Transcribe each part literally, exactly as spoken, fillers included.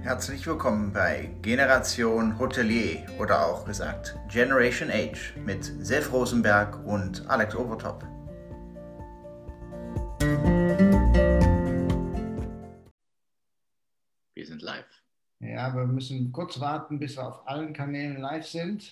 Herzlich willkommen bei Generation Hotelier oder auch gesagt Generation Age mit Sef Rosenberg und Alex Overtop. Wir sind live. Ja, wir müssen kurz warten, bis wir auf allen Kanälen live sind.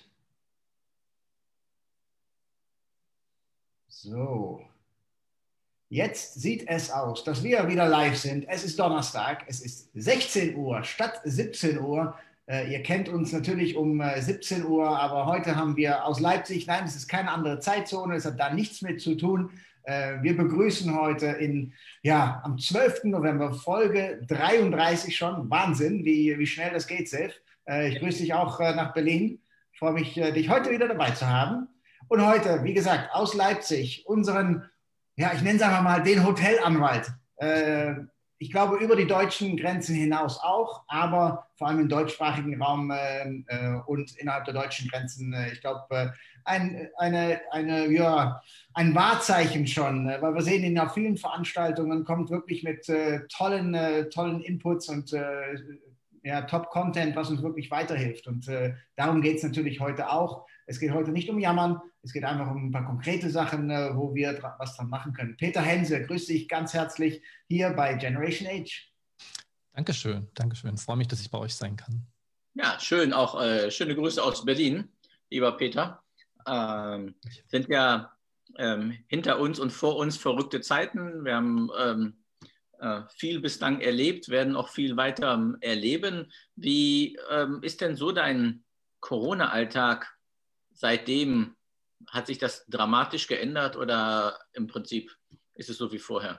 So. Jetzt sieht es aus, dass wir wieder live sind. Es ist Donnerstag, es ist sechzehn Uhr statt siebzehn Uhr. Äh, ihr kennt uns natürlich um äh, siebzehn Uhr, aber heute haben wir aus Leipzig, nein, es ist keine andere Zeitzone, es hat da nichts mit zu tun. Äh, wir begrüßen heute in, ja, am zwölften November Folge dreiunddreißig schon. Wahnsinn, wie, wie schnell das geht, Sef. Äh, ich grüße dich auch äh, nach Berlin. Ich freue mich, äh, dich heute wieder dabei zu haben. Und heute, wie gesagt, aus Leipzig, unseren Ja, ich nenne es einfach mal den Hotelanwalt. Äh, ich glaube, über die deutschen Grenzen hinaus auch, aber vor allem im deutschsprachigen Raum äh, äh, und innerhalb der deutschen Grenzen, äh, ich glaube, äh, ein, eine, eine, ja, ein Wahrzeichen schon, äh, weil wir sehen ihn auf vielen Veranstaltungen, kommt wirklich mit äh, tollen, äh, tollen Inputs und äh, ja, Top-Content, was uns wirklich weiterhilft. Und äh, darum geht es natürlich heute auch. Es geht heute nicht um Jammern, es geht einfach um ein paar konkrete Sachen, äh, wo wir dra- was dran machen können. Peter Hense, grüße dich ganz herzlich hier bei Generation Age. Dankeschön, Dankeschön. Freue mich, dass ich bei euch sein kann. Ja, schön, auch äh, schöne Grüße aus Berlin, lieber Peter. Ähm, sind ja ähm, hinter uns und vor uns verrückte Zeiten. Wir haben ähm, äh, viel bislang erlebt, werden auch viel weiter ähm, erleben. Wie ähm, ist denn so dein Corona-Alltag seitdem? Hat sich das dramatisch geändert oder im Prinzip ist es so wie vorher?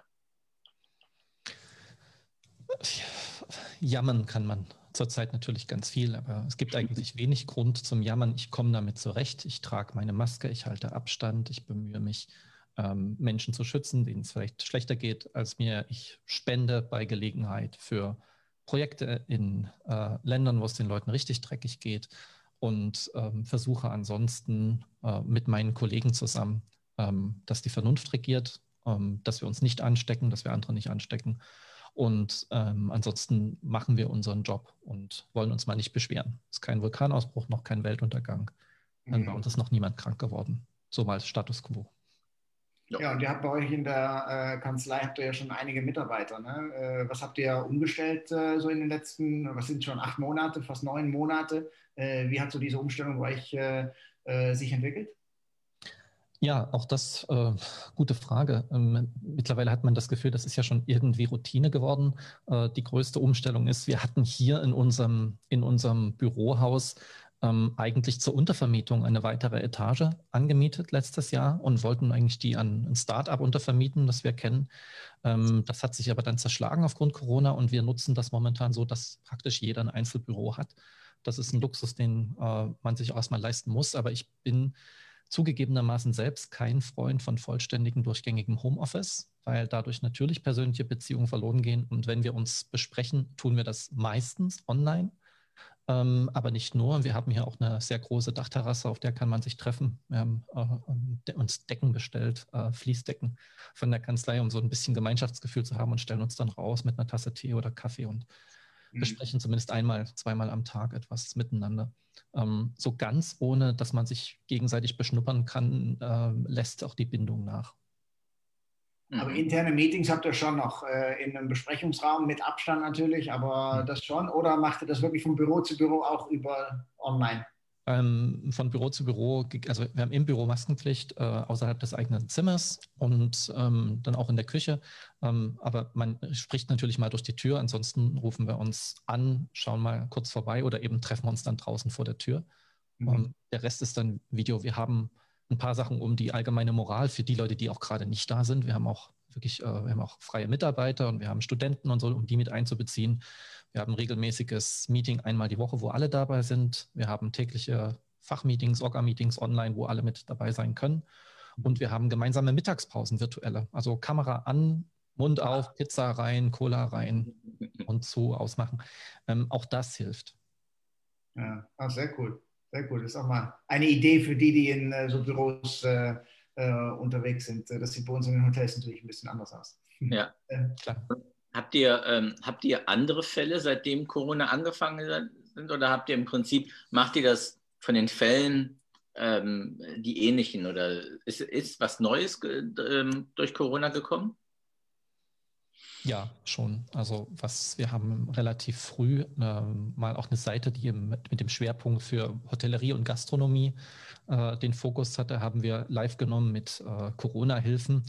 Jammern kann man zurzeit natürlich ganz viel, aber es gibt eigentlich wenig Grund zum Jammern. Ich komme damit zurecht. Ich trage meine Maske, ich halte Abstand, ich bemühe mich, ähm, Menschen zu schützen, denen es vielleicht schlechter geht als mir. Ich spende bei Gelegenheit für Projekte in äh, Ländern, wo es den Leuten richtig dreckig geht und ähm, versuche ansonsten äh, mit meinen Kollegen zusammen, ähm, dass die Vernunft regiert, ähm, dass wir uns nicht anstecken, dass wir andere nicht anstecken. Und ähm, ansonsten machen wir unseren Job und wollen uns mal nicht beschweren. Es ist kein Vulkanausbruch, noch kein Weltuntergang. Dann bei uns ist noch niemand krank geworden. So mal Status quo. Ja, ja, und ihr habt bei euch in der äh, Kanzlei habt ihr ja schon einige Mitarbeiter. Ne? Äh, was habt ihr umgestellt äh, so in den letzten, was sind schon acht Monate, fast neun Monate? Äh, wie hat so diese Umstellung bei euch äh, äh, sich entwickelt? Ja, auch das, äh, gute Frage. Ähm, mittlerweile hat man das Gefühl, das ist ja schon irgendwie Routine geworden. Äh, die größte Umstellung ist, wir hatten hier in unserem, in unserem Bürohaus ähm, eigentlich zur Untervermietung eine weitere Etage angemietet letztes Jahr und wollten eigentlich die an ein Start-up untervermieten, das wir kennen. Ähm, das hat sich aber dann zerschlagen aufgrund Corona und wir nutzen das momentan so, dass praktisch jeder ein Einzelbüro hat. Das ist ein Luxus, den äh, man sich auch erstmal leisten muss, aber ich bin zugegebenermaßen selbst kein Freund von vollständigem, durchgängigem Homeoffice, weil dadurch natürlich persönliche Beziehungen verloren gehen. Und wenn wir uns besprechen, tun wir das meistens online, ähm, aber nicht nur. Wir haben hier auch eine sehr große Dachterrasse, auf der kann man sich treffen. Wir haben äh, uns Decken bestellt, äh, Fließdecken von der Kanzlei, um so ein bisschen Gemeinschaftsgefühl zu haben und stellen uns dann raus mit einer Tasse Tee oder Kaffee und besprechen zumindest einmal, zweimal am Tag etwas miteinander. Ähm, so ganz ohne, dass man sich gegenseitig beschnuppern kann, äh, lässt auch die Bindung nach. Aber interne Meetings habt ihr schon noch äh, in einem Besprechungsraum mit Abstand natürlich, aber das schon? Oder macht ihr das wirklich von Büro zu Büro auch über online? Ähm, von Büro zu Büro, also wir haben im Büro Maskenpflicht äh, außerhalb des eigenen Zimmers und ähm, dann auch in der Küche. Ähm, aber man spricht natürlich mal durch die Tür. Ansonsten rufen wir uns an, schauen mal kurz vorbei oder eben treffen wir uns dann draußen vor der Tür. Mhm. Ähm, der Rest ist dann Video. Wir haben ein paar Sachen um die allgemeine Moral für die Leute, die auch gerade nicht da sind. Wir haben auch wirklich, äh, wir haben auch freie Mitarbeiter und wir haben Studenten und so, um die mit einzubeziehen. Wir haben ein regelmäßiges Meeting einmal die Woche, wo alle dabei sind. Wir haben tägliche Fachmeetings, Orga-Meetings online, wo alle mit dabei sein können. Und wir haben gemeinsame Mittagspausen, virtuelle. Also Kamera an, Mund auf, Pizza rein, Cola rein und zu ausmachen. Ähm, auch das hilft. Ja, ah, sehr cool. Sehr cool. Das ist auch mal eine Idee für die, die in äh, so Büros äh, äh, unterwegs sind. Das sieht bei uns in den Hotels natürlich ein bisschen anders aus. Ja, klar. habt ihr, ähm, habt ihr andere Fälle, seitdem Corona angefangen sind, oder habt ihr im Prinzip, macht ihr das von den Fällen ähm, die ähnlichen, oder ist, ist was Neues ähm, durch Corona gekommen? Ja, schon. Also was wir haben relativ früh äh, mal auch eine Seite, die mit, mit dem Schwerpunkt für Hotellerie und Gastronomie äh, den Fokus hatte, haben wir live genommen mit äh, Corona-Hilfen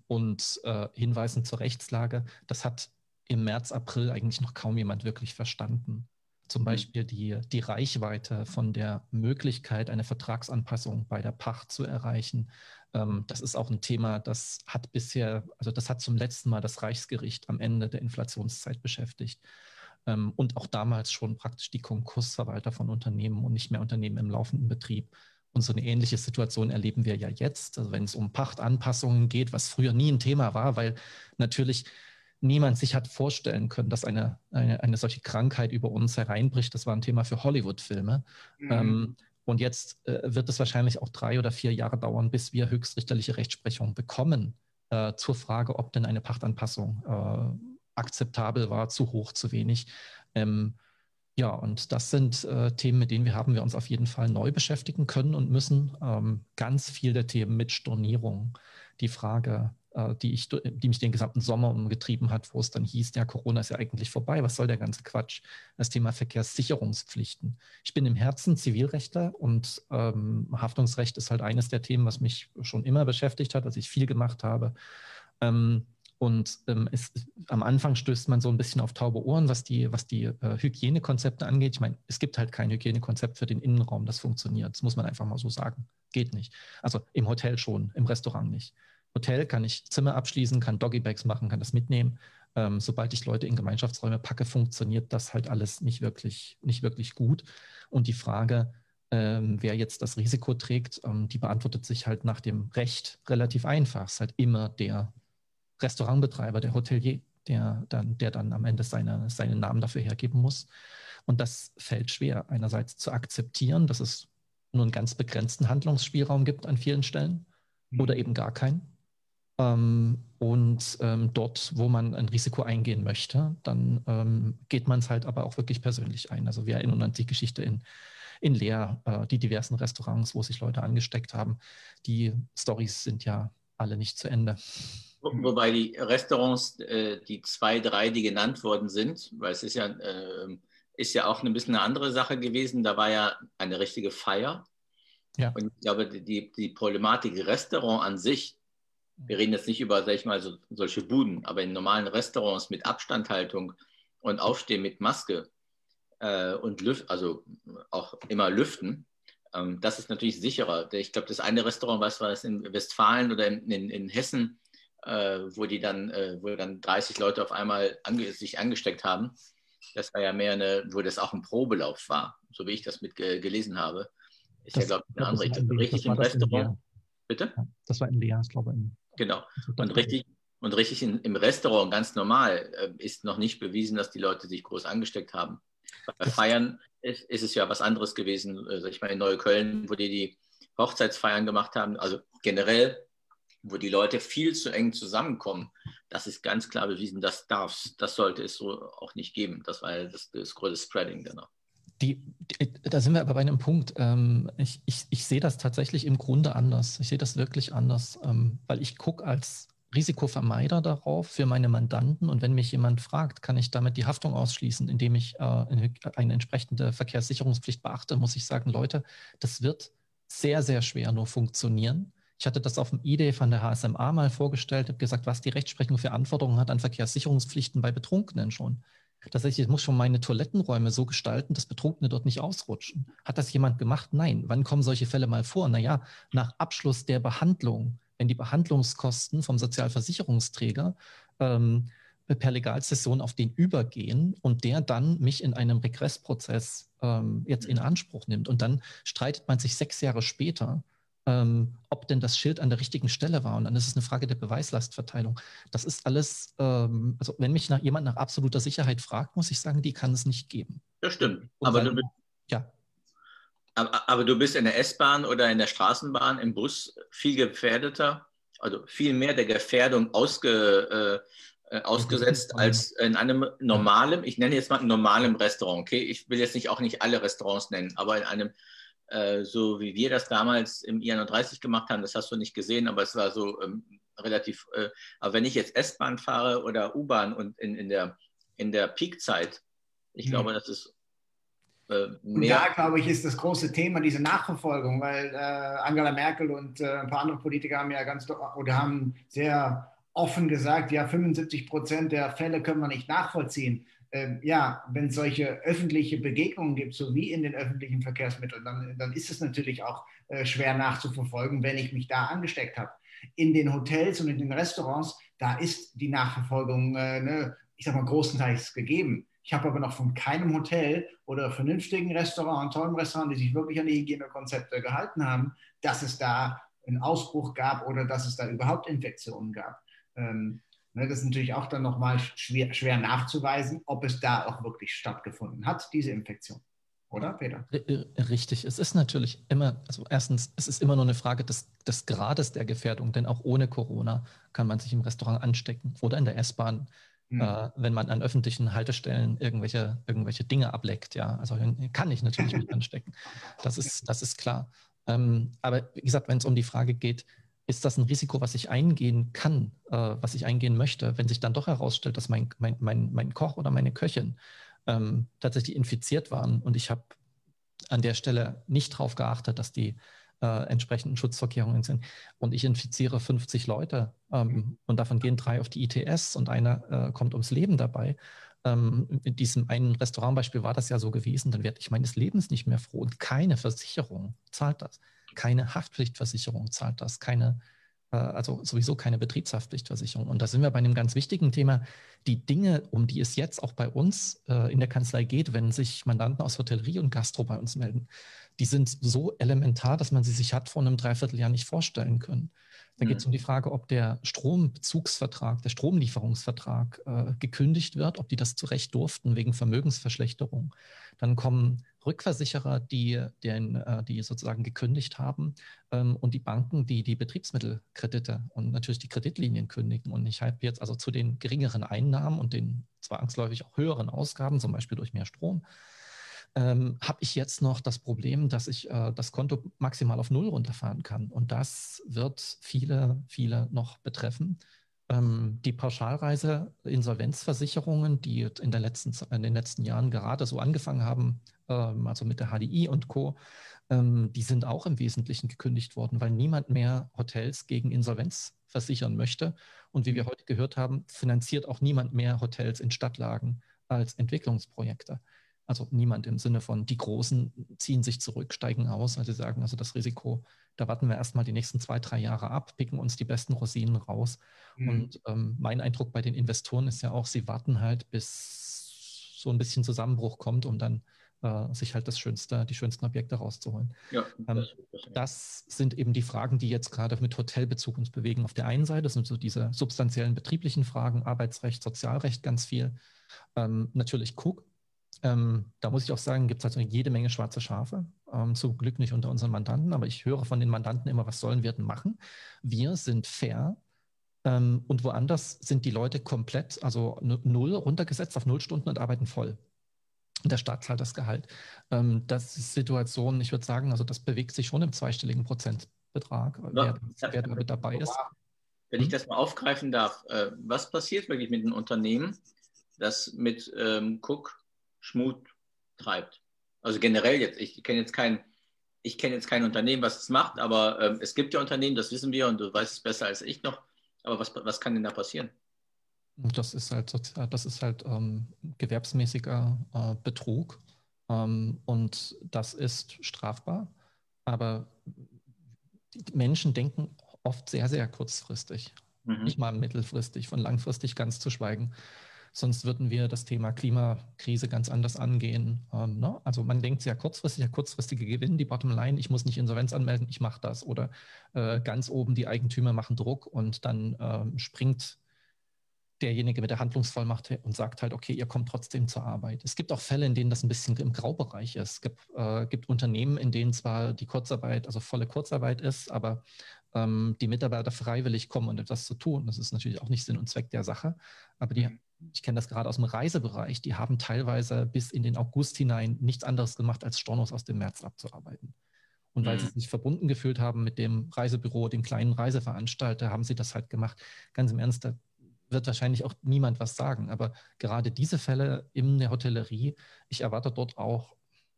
und äh, Hinweisen zur Rechtslage. Das hat im März, April eigentlich noch kaum jemand wirklich verstanden. Zum Beispiel die, die Reichweite von der Möglichkeit, eine Vertragsanpassung bei der Pacht zu erreichen. Ähm, das ist auch ein Thema, das hat bisher, also das hat zum letzten Mal das Reichsgericht am Ende der Inflationszeit beschäftigt. Ähm, und auch damals schon praktisch die Konkursverwalter von Unternehmen und nicht mehr Unternehmen im laufenden Betrieb. Und so eine ähnliche Situation erleben wir ja jetzt, also wenn es um Pachtanpassungen geht, was früher nie ein Thema war, weil natürlich niemand sich hat vorstellen können, dass eine, eine, eine solche Krankheit über uns hereinbricht. Das war ein Thema für Hollywood-Filme. Mhm. Ähm, und jetzt äh, wird es wahrscheinlich auch drei oder vier Jahre dauern, bis wir höchstrichterliche Rechtsprechung bekommen äh, zur Frage, ob denn eine Pachtanpassung äh, akzeptabel war, zu hoch, zu wenig. Ähm, ja, und das sind äh, Themen, mit denen wir haben wir uns auf jeden Fall neu beschäftigen können und müssen. Ähm, ganz viel der Themen mit Stornierung. Die Frage, Die, ich, die mich den gesamten Sommer umgetrieben hat, wo es dann hieß, ja, Corona ist ja eigentlich vorbei, was soll der ganze Quatsch? Das Thema Verkehrssicherungspflichten. Ich bin im Herzen Zivilrechtler und ähm, Haftungsrecht ist halt eines der Themen, was mich schon immer beschäftigt hat, was ich viel gemacht habe. Ähm, und ähm, es, am Anfang stößt man so ein bisschen auf taube Ohren, was die, was die äh, Hygienekonzepte angeht. Ich meine, es gibt halt kein Hygienekonzept für den Innenraum, das funktioniert. Das muss man einfach mal so sagen. Geht nicht. Also im Hotel schon, im Restaurant nicht. Hotel kann ich Zimmer abschließen, kann Doggybags machen, kann das mitnehmen. Ähm, sobald ich Leute in Gemeinschaftsräume packe, funktioniert das halt alles nicht wirklich, nicht wirklich gut. Und die Frage, ähm, wer jetzt das Risiko trägt, ähm, die beantwortet sich halt nach dem Recht relativ einfach. Es ist halt immer der Restaurantbetreiber, der Hotelier, der dann, der dann am Ende seine, seinen Namen dafür hergeben muss. Und das fällt schwer, einerseits zu akzeptieren, dass es nur einen ganz begrenzten Handlungsspielraum gibt an vielen Stellen mhm. oder eben gar keinen. Ähm, und ähm, dort, wo man ein Risiko eingehen möchte, dann ähm, geht man es halt aber auch wirklich persönlich ein. Also wir erinnern uns an die Geschichte in, in Leer, äh, die diversen Restaurants, wo sich Leute angesteckt haben. Die Storys sind ja alle nicht zu Ende. Wobei die Restaurants, äh, die zwei, drei, die genannt worden sind, weil es ist ja, äh, ist ja auch ein bisschen eine andere Sache gewesen, da war ja eine richtige Feier. Ja. Und ich glaube, die, die Problematik Restaurant an sich, wir reden jetzt nicht über, sag ich mal, so, solche Buden, aber in normalen Restaurants mit Abstandhaltung und Aufstehen mit Maske äh, und Lüft, also auch immer lüften, ähm, das ist natürlich sicherer. Ich glaube, das eine Restaurant, was war das in Westfalen oder in, in, in Hessen, äh, wo die dann, äh, wo dann dreißig Leute auf einmal ange sich angesteckt haben, das war ja mehr eine, wo das auch ein Probelauf war, so wie ich das mit ge gelesen habe. Ist das, ja, glaube ich, eine andere. Ich glaube, richtig im Restaurant. Bitte? Ja, das war in Leer, ich glaube. In, genau. Und richtig, und richtig in, im Restaurant, ganz normal, äh, ist noch nicht bewiesen, dass die Leute sich groß angesteckt haben. Bei das Feiern ist, ist es ja was anderes gewesen. Also ich meine, in Neukölln, wo die die Hochzeitsfeiern gemacht haben, also generell, wo die Leute viel zu eng zusammenkommen, das ist ganz klar bewiesen, das darf, das sollte es so auch nicht geben. Das war ja das, das große Spreading dann auch. Die, die, da sind wir aber bei einem Punkt. Ähm, ich, ich, ich sehe das tatsächlich im Grunde anders. Ich sehe das wirklich anders, ähm, weil ich gucke als Risikovermeider darauf für meine Mandanten. Und wenn mich jemand fragt, kann ich damit die Haftung ausschließen, indem ich äh, eine, eine entsprechende Verkehrssicherungspflicht beachte, muss ich sagen, Leute, das wird sehr, sehr schwer nur funktionieren. Ich hatte das auf dem I D von der H S M A mal vorgestellt, habe gesagt, was die Rechtsprechung für Anforderungen hat an Verkehrssicherungspflichten bei Betrunkenen schon. Das heißt, ich muss schon meine Toilettenräume so gestalten, dass Betrunkene dort nicht ausrutschen. Hat das jemand gemacht? Nein. Wann kommen solche Fälle mal vor? Naja, nach Abschluss der Behandlung, wenn die Behandlungskosten vom Sozialversicherungsträger ähm, per Legalzession auf den übergehen und der dann mich in einem Regressprozess ähm, jetzt in Anspruch nimmt. Und dann streitet man sich sechs Jahre später, Ähm, ob denn das Schild an der richtigen Stelle war. Und dann ist es eine Frage der Beweislastverteilung. Das ist alles, ähm, also wenn mich nach, jemand nach absoluter Sicherheit fragt, muss ich sagen, die kann es nicht geben. Das stimmt. Aber, aber, weil, du, ja. aber, aber du bist in der S-Bahn oder in der Straßenbahn, im Bus viel gefährdeter, also viel mehr der Gefährdung ausge, äh, äh, ausgesetzt als in einem normalen, ich nenne jetzt mal normalem Restaurant, okay? Ich will jetzt nicht auch nicht alle Restaurants nennen, aber in einem, äh, so wie wir das damals im I einunddreißig gemacht haben, das hast du nicht gesehen, aber es war so ähm, relativ, äh, aber wenn ich jetzt S-Bahn fahre oder U-Bahn und in, in der, in der Peak-Zeit, ich mhm. glaube, das ist äh, mehr. Und da, glaube ich, ist das große Thema diese Nachverfolgung, weil äh, Angela Merkel und äh, ein paar andere Politiker haben ja ganz, oder haben sehr offen gesagt, ja, fünfundsiebzig Prozent der Fälle können wir nicht nachvollziehen. Ähm, ja, wenn es solche öffentliche Begegnungen gibt, so wie in den öffentlichen Verkehrsmitteln, dann, dann ist es natürlich auch äh, schwer nachzuverfolgen, wenn ich mich da angesteckt habe. In den Hotels und in den Restaurants, da ist die Nachverfolgung, äh, ne, ich sag mal, großenteils gegeben. Ich habe aber noch von keinem Hotel oder vernünftigen Restaurant, tollem Restaurant, die sich wirklich an die Hygienekonzepte gehalten haben, dass es da einen Ausbruch gab oder dass es da überhaupt Infektionen gab. Ähm, ne, das ist natürlich auch dann nochmal schwer, schwer nachzuweisen, ob es da auch wirklich stattgefunden hat, diese Infektion. Oder, Peter? Richtig. Es ist natürlich immer, also erstens, es ist immer nur eine Frage des, des Grades der Gefährdung, denn auch ohne Corona kann man sich im Restaurant anstecken oder in der S-Bahn. Hm. Äh, wenn man an öffentlichen Haltestellen irgendwelche, irgendwelche Dinge ableckt, ja, also kann ich natürlich mich anstecken. Das ist, das ist klar. Ähm, aber wie gesagt, wenn es um die Frage geht, ist das ein Risiko, was ich eingehen kann, äh, was ich eingehen möchte, wenn sich dann doch herausstellt, dass mein, mein, mein, mein Koch oder meine Köchin ähm, tatsächlich infiziert waren und ich habe an der Stelle nicht darauf geachtet, dass die Äh, entsprechenden Schutzvorkehrungen sind. Und ich infiziere fünfzig Leute ähm, und davon gehen drei auf die I T S und einer äh, kommt ums Leben dabei. Ähm, in diesem einen Restaurantbeispiel war das ja so gewesen, dann werde ich meines Lebens nicht mehr froh und keine Versicherung zahlt das. Keine Haftpflichtversicherung zahlt das. Keine, äh, also sowieso keine Betriebshaftpflichtversicherung. Und da sind wir bei einem ganz wichtigen Thema. Die Dinge, um die es jetzt auch bei uns äh, in der Kanzlei geht, wenn sich Mandanten aus Hotellerie und Gastro bei uns melden, die sind so elementar, dass man sie sich hat vor einem Dreivierteljahr nicht vorstellen können. Da mhm. geht es um die Frage, ob der Strombezugsvertrag, der Stromlieferungsvertrag äh, gekündigt wird, ob die das zu Recht durften wegen Vermögensverschlechterung. Dann kommen Rückversicherer, die, den, äh, die sozusagen gekündigt haben ähm, und die Banken, die die Betriebsmittelkredite und natürlich die Kreditlinien kündigen. Und ich habe jetzt also zu den geringeren Einnahmen und den zwangsläufig auch höheren Ausgaben, zum Beispiel durch mehr Strom, Ähm, habe ich jetzt noch das Problem, dass ich äh, das Konto maximal auf Null runterfahren kann. Und das wird viele, viele noch betreffen. Ähm, die Pauschalreise-Insolvenzversicherungen, die in, der letzten, in den letzten Jahren gerade so angefangen haben, ähm, also mit der H D I und Co., ähm, die sind auch im Wesentlichen gekündigt worden, weil niemand mehr Hotels gegen Insolvenz versichern möchte. Und wie wir heute gehört haben, finanziert auch niemand mehr Hotels in Stadtlagen als Entwicklungsprojekte. Also niemand im Sinne von, die Großen ziehen sich zurück, steigen aus, weil sie sagen, also das Risiko, da warten wir erstmal die nächsten zwei, drei Jahre ab, picken uns die besten Rosinen raus. Mhm. Und ähm, mein Eindruck bei den Investoren ist ja auch, sie warten halt, bis so ein bisschen Zusammenbruch kommt, um dann äh, sich halt das Schönste, die schönsten Objekte rauszuholen. Ja, ähm, das, das sind eben die Fragen, die jetzt gerade mit Hotelbezug uns bewegen. Auf der einen Seite sind so diese substanziellen betrieblichen Fragen, Arbeitsrecht, Sozialrecht ganz viel. Ähm, natürlich Cook. Ähm, da muss ich auch sagen, gibt es also jede Menge schwarze Schafe, ähm, zum Glück nicht unter unseren Mandanten, aber ich höre von den Mandanten immer, was sollen wir denn machen? Wir sind fair ähm, und woanders sind die Leute komplett, also null runtergesetzt auf null Stunden und arbeiten voll. Und der Staat zahlt das Gehalt. Ähm, das ist Situation, ich würde sagen, also das bewegt sich schon im zweistelligen Prozentbetrag, ja, wer, wer da mit dabei ist. Wenn ich das mal aufgreifen darf, äh, was passiert wirklich mit einem Unternehmen, das mit ähm, Cook Schmut treibt? Also generell jetzt, ich kenne jetzt kein, ich kenne jetzt kein Unternehmen, was es macht, aber ähm, es gibt ja Unternehmen, das wissen wir und du weißt es besser als ich noch, aber was, was kann denn da passieren? Das ist halt, das ist halt ähm, gewerbsmäßiger äh, Betrug ähm, und das ist strafbar, aber die Menschen denken oft sehr, sehr kurzfristig, mhm. nicht mal mittelfristig, von langfristig ganz zu schweigen. Sonst würden wir das Thema Klimakrise ganz anders angehen. Ähm, ne? Also man denkt sehr kurzfristig, der kurzfristige Gewinn, die Bottomline, ich muss nicht Insolvenz anmelden, ich mache das. Oder äh, ganz oben, die Eigentümer machen Druck und dann ähm, springt derjenige mit der Handlungsvollmacht und sagt halt, okay, ihr kommt trotzdem zur Arbeit. Es gibt auch Fälle, in denen das ein bisschen im Graubereich ist. Es gibt, äh, gibt Unternehmen, in denen zwar die Kurzarbeit, also volle Kurzarbeit ist, aber ähm, die Mitarbeiter freiwillig kommen und etwas zu tun. Das ist natürlich auch nicht Sinn und Zweck der Sache. Aber die, ich kenne das gerade aus dem Reisebereich, die haben teilweise bis in den August hinein nichts anderes gemacht, als Stornos aus dem März abzuarbeiten. Und weil mhm. sie sich verbunden gefühlt haben mit dem Reisebüro, dem kleinen Reiseveranstalter, haben sie das halt gemacht. Ganz im Ernst, da wird wahrscheinlich auch niemand was sagen. Aber gerade diese Fälle in der Hotellerie, ich erwarte dort auch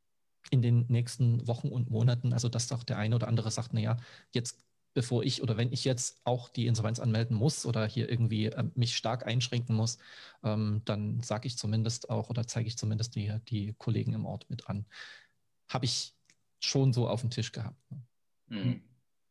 in den nächsten Wochen und Monaten, also dass auch der eine oder andere sagt, naja, jetzt bevor ich oder wenn ich jetzt auch die Insolvenz anmelden muss oder hier irgendwie äh, mich stark einschränken muss, ähm, dann sage ich zumindest auch oder zeige ich zumindest die, die Kollegen im Ort mit an. Habe ich schon so auf dem Tisch gehabt. Mhm.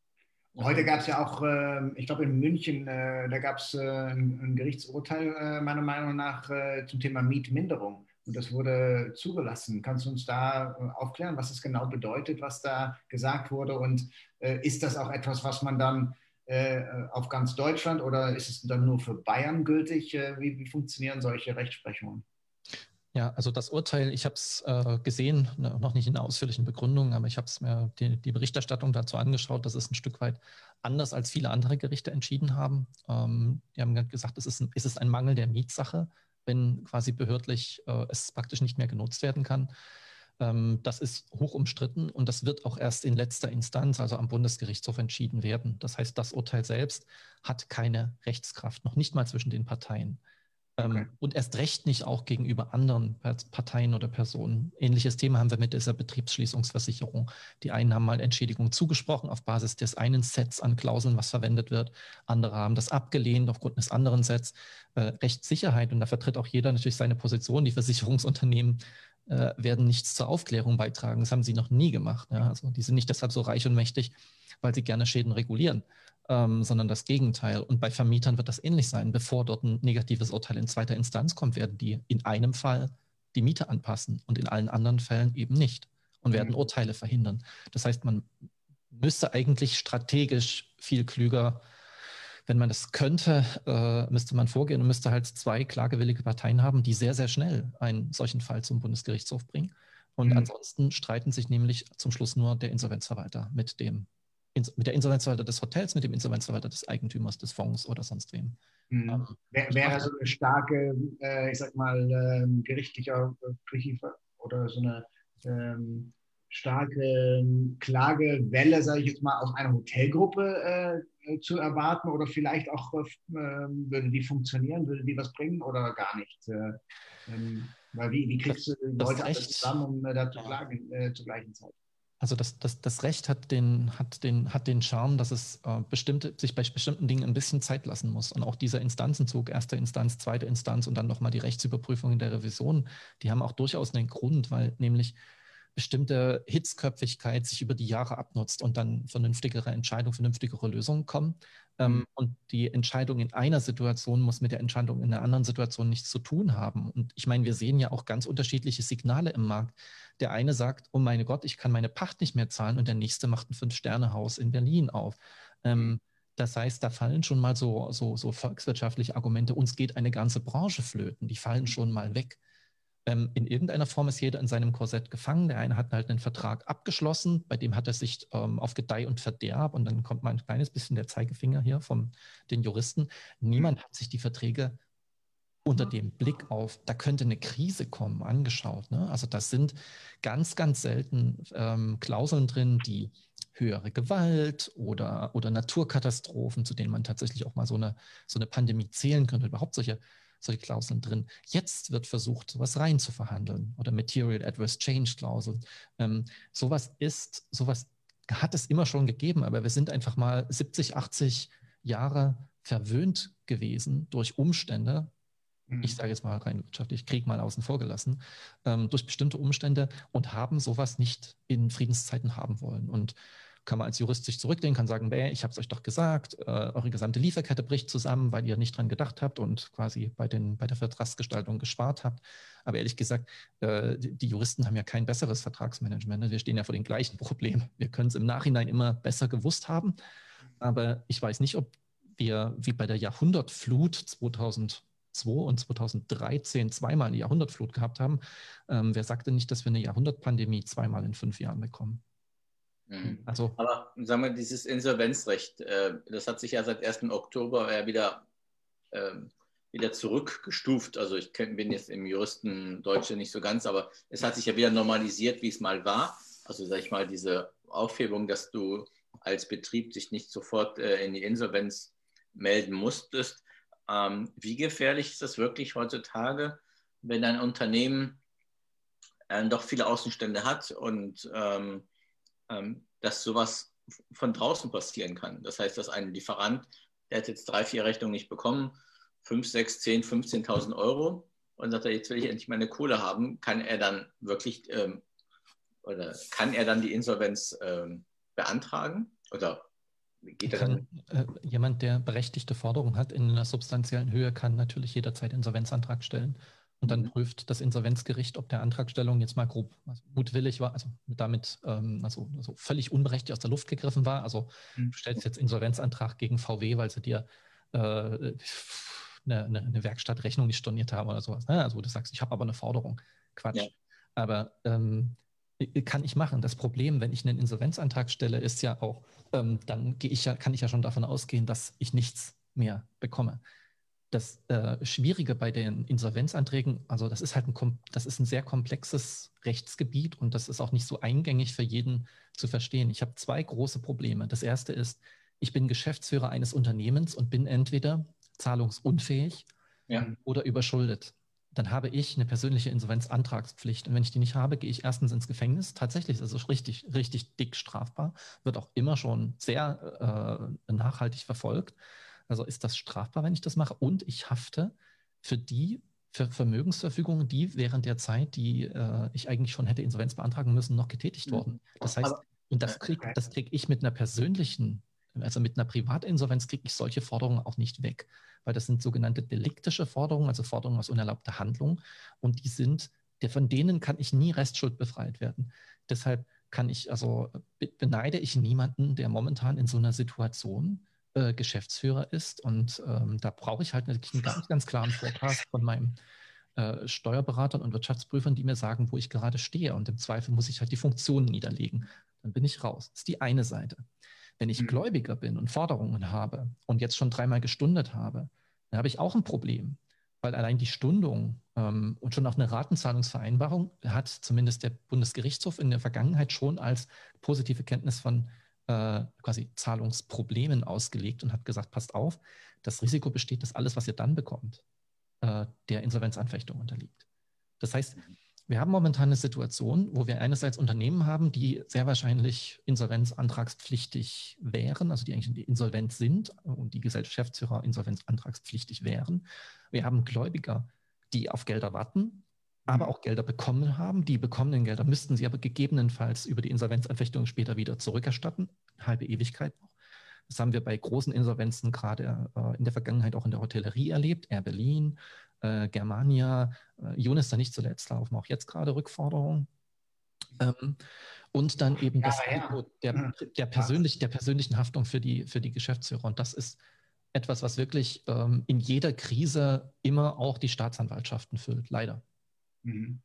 Heute gab es ja auch, äh, ich glaube in München, äh, da gab es äh, ein, ein Gerichtsurteil äh, meiner Meinung nach äh, zum Thema Mietminderung. Und das wurde zugelassen. Kannst du uns da äh, aufklären, was es genau bedeutet, was da gesagt wurde? Und äh, ist das auch etwas, was man dann äh, auf ganz Deutschland oder ist es dann nur für Bayern gültig? Äh, wie, wie funktionieren solche Rechtsprechungen? Ja, also das Urteil, ich habe es äh, gesehen, noch nicht in der ausführlichen Begründung, aber ich habe es mir die, die Berichterstattung dazu angeschaut. Das ist ein Stück weit anders, als viele andere Gerichte entschieden haben. Ähm, die haben gesagt, es ist, ein, es ist ein Mangel der Mietsache, wenn quasi behördlich äh, es praktisch nicht mehr genutzt werden kann. Ähm, das ist hoch umstritten und das wird auch erst in letzter Instanz, also am Bundesgerichtshof, entschieden werden. Das heißt, das Urteil selbst hat keine Rechtskraft, noch nicht mal zwischen den Parteien. Okay. Und erst recht nicht auch gegenüber anderen Parteien oder Personen. Ähnliches Thema haben wir mit dieser Betriebsschließungsversicherung. Die einen haben mal Entschädigung zugesprochen auf Basis des einen Sets an Klauseln, was verwendet wird. Andere haben das abgelehnt aufgrund des anderen Sets. Äh, Rechtssicherheit, und da vertritt auch jeder natürlich seine Position. Die Versicherungsunternehmen äh, werden nichts zur Aufklärung beitragen. Das haben sie noch nie gemacht. Ja? Also die sind nicht deshalb so reich und mächtig, weil sie gerne Schäden regulieren. Ähm, sondern das Gegenteil. Und bei Vermietern wird das ähnlich sein. Bevor dort ein negatives Urteil in zweiter Instanz kommt, werden die in einem Fall die Miete anpassen und in allen anderen Fällen eben nicht und werden mhm. Urteile verhindern. Das heißt, man müsste eigentlich strategisch viel klüger, wenn man das könnte, äh, müsste man vorgehen und müsste halt zwei klagewillige Parteien haben, die sehr, sehr schnell einen solchen Fall zum Bundesgerichtshof bringen. Und mhm. ansonsten streiten sich nämlich zum Schluss nur der Insolvenzverwalter mit dem mit der Insolvenzverwalter des Hotels, mit dem Insolvenzverwalter des Eigentümers des Fonds oder sonst wem. Mhm. Ähm, Wäre wär so eine starke, äh, ich sag mal, ähm, gerichtlicher Brief oder so eine ähm, starke Klagewelle, sage ich jetzt mal, aus einer Hotelgruppe äh, zu erwarten oder vielleicht auch, äh, würde die funktionieren, würde die was bringen oder gar nicht? Äh, ähm, weil wie, wie kriegst du die Leute alle zusammen, um äh, da zu klagen äh, zur gleichen Zeit? Also das, das, das Recht hat den, hat, den, hat den Charme, dass es äh, bestimmte, sich bei bestimmten Dingen ein bisschen Zeit lassen muss. Und auch dieser Instanzenzug, erste Instanz, zweite Instanz und dann nochmal die Rechtsüberprüfung in der Revision, die haben auch durchaus einen Grund, weil nämlich bestimmte Hitzköpfigkeit sich über die Jahre abnutzt und dann vernünftigere Entscheidungen, vernünftigere Lösungen kommen. Mhm. Ähm, und die Entscheidung in einer Situation muss mit der Entscheidung in einer anderen Situation nichts zu tun haben. Und ich meine, wir sehen ja auch ganz unterschiedliche Signale im Markt. Der eine sagt, oh mein Gott, ich kann meine Pacht nicht mehr zahlen, und der nächste macht ein Fünf-Sterne-Haus in Berlin auf. Ähm, das heißt, da fallen schon mal so, so, so volkswirtschaftliche Argumente, uns geht eine ganze Branche flöten, die fallen schon mal weg. Ähm, in irgendeiner Form ist jeder in seinem Korsett gefangen. Der eine hat halt einen Vertrag abgeschlossen, bei dem hat er sich ähm, auf Gedeih und Verderb, und dann kommt mal ein kleines bisschen der Zeigefinger hier von den Juristen. Niemand hat sich die Verträge unter dem Blick auf, da könnte eine Krise kommen, angeschaut. Ne? Also das sind ganz, ganz selten ähm, Klauseln drin, die höhere Gewalt oder, oder Naturkatastrophen, zu denen man tatsächlich auch mal so eine, so eine Pandemie zählen könnte, überhaupt solche, solche Klauseln drin. Jetzt wird versucht, sowas rein zu verhandeln oder Material Adverse Change Klauseln. Ähm, sowas ist, sowas hat es immer schon gegeben, aber wir sind einfach mal siebzig, achtzig Jahre verwöhnt gewesen durch Umstände, ich sage jetzt mal rein wirtschaftlich, Krieg mal außen vor gelassen, ähm, durch bestimmte Umstände, und haben sowas nicht in Friedenszeiten haben wollen. Und kann man als Jurist sich zurücklehnen, kann sagen, bäh, ich habe es euch doch gesagt, äh, eure gesamte Lieferkette bricht zusammen, weil ihr nicht dran gedacht habt und quasi bei, den, bei der Vertragsgestaltung gespart habt. Aber ehrlich gesagt, äh, die, die Juristen haben ja kein besseres Vertragsmanagement. Ne? Wir stehen ja vor den gleichen Problemen. Wir können es im Nachhinein immer besser gewusst haben. Aber ich weiß nicht, ob wir wie bei der Jahrhundertflut zweitausendzwei und zweitausenddreizehn zweimal eine Jahrhundertflut gehabt haben. Ähm, wer sagte nicht, dass wir eine Jahrhundertpandemie zweimal in fünf Jahren bekommen? Mhm. Also, aber sagen wir, dieses Insolvenzrecht, äh, das hat sich ja seit ersten Oktober ja wieder, äh, wieder zurückgestuft. Also ich kenn, bin jetzt im Juristendeutschen nicht so ganz, aber es hat sich ja wieder normalisiert, wie es mal war. Also sag ich mal, diese Aufhebung, dass du als Betrieb dich nicht sofort äh, in die Insolvenz melden musstest. Ähm, wie gefährlich ist das wirklich heutzutage, wenn ein Unternehmen äh, doch viele Außenstände hat und ähm, ähm, dass sowas von draußen passieren kann? Das heißt, dass ein Lieferant, der hat jetzt drei, vier Rechnungen nicht bekommen, fünf, sechs, zehn, fünfzehntausend Euro und sagt er, jetzt will ich endlich meine Kohle haben, kann er dann wirklich ähm, oder kann er dann die Insolvenz ähm, beantragen? Oder geht er kann, dann? äh, jemand, der berechtigte Forderungen hat in einer substanziellen Höhe, kann natürlich jederzeit Insolvenzantrag stellen. Und dann Mhm. prüft das Insolvenzgericht, ob der Antragstellung jetzt mal grob also mutwillig war, also damit ähm, also, also völlig unberechtigt aus der Luft gegriffen war. Also Mhm. du stellst jetzt Insolvenzantrag gegen V W, weil sie dir äh, eine, eine, eine Werkstattrechnung nicht storniert haben oder sowas. Ne? Also du sagst, ich habe aber eine Forderung. Quatsch. Ja. Aber ähm, kann ich machen. Das Problem, wenn ich einen Insolvenzantrag stelle, ist ja auch, ähm, dann gehe ich ja, kann ich ja schon davon ausgehen, dass ich nichts mehr bekomme. Das äh, Schwierige bei den Insolvenzanträgen, also das ist halt ein, das ist ein sehr komplexes Rechtsgebiet und das ist auch nicht so eingängig für jeden zu verstehen. Ich habe zwei große Probleme. Das erste ist, ich bin Geschäftsführer eines Unternehmens und bin entweder zahlungsunfähig Ja. oder überschuldet. Dann habe ich eine persönliche Insolvenzantragspflicht. Und wenn ich die nicht habe, gehe ich erstens ins Gefängnis. Tatsächlich ist es richtig, richtig dick strafbar, wird auch immer schon sehr äh, nachhaltig verfolgt. Also ist das strafbar, wenn ich das mache. Und ich hafte für die für Vermögensverfügungen, die während der Zeit, die äh, ich eigentlich schon hätte Insolvenz beantragen müssen, noch getätigt wurden. Das heißt, Aber, und das kriege das krieg ich mit einer persönlichen, also mit einer Privatinsolvenz kriege ich solche Forderungen auch nicht weg, weil das sind sogenannte deliktische Forderungen, also Forderungen aus unerlaubter Handlung und die sind, der, von denen kann ich nie Restschuld befreit werden. Deshalb kann ich, also beneide ich niemanden, der momentan in so einer Situation äh, Geschäftsführer ist und ähm, da brauche ich halt wirklich einen ganz, ganz klaren Forecast von meinem äh, Steuerberatern und Wirtschaftsprüfern, die mir sagen, wo ich gerade stehe und im Zweifel muss ich halt die Funktionen niederlegen. Dann bin ich raus. Das ist die eine Seite. Wenn ich Mhm. Gläubiger bin und Forderungen habe und jetzt schon dreimal gestundet habe, dann habe ich auch ein Problem, weil allein die Stundung ähm, und schon auch eine Ratenzahlungsvereinbarung hat zumindest der Bundesgerichtshof in der Vergangenheit schon als positive Kenntnis von äh, quasi Zahlungsproblemen ausgelegt und hat gesagt, passt auf, das Risiko besteht, dass alles, was ihr dann bekommt, äh, der Insolvenzanfechtung unterliegt. Das heißt, wir haben momentan eine Situation, wo wir einerseits Unternehmen haben, die sehr wahrscheinlich insolvenzantragspflichtig wären, also die eigentlich insolvent sind und die Geschäftsführer insolvenzantragspflichtig wären. Wir haben Gläubiger, die auf Gelder warten, aber auch Gelder bekommen haben. Die bekommenen Gelder müssten sie aber gegebenenfalls über die Insolvenzanfechtung später wieder zurückerstatten. Halbe Ewigkeit noch. Das haben wir bei großen Insolvenzen gerade äh, in der Vergangenheit auch in der Hotellerie erlebt. Air Berlin, äh, Germania, äh, Unistar nicht zuletzt, laufen auch jetzt gerade Rückforderungen. Ähm, und dann eben das Risiko der, der, persönlich, der persönlichen Haftung für die, für die Geschäftsführer. Und das ist etwas, was wirklich ähm, in jeder Krise immer auch die Staatsanwaltschaften füllt, leider. Mhm.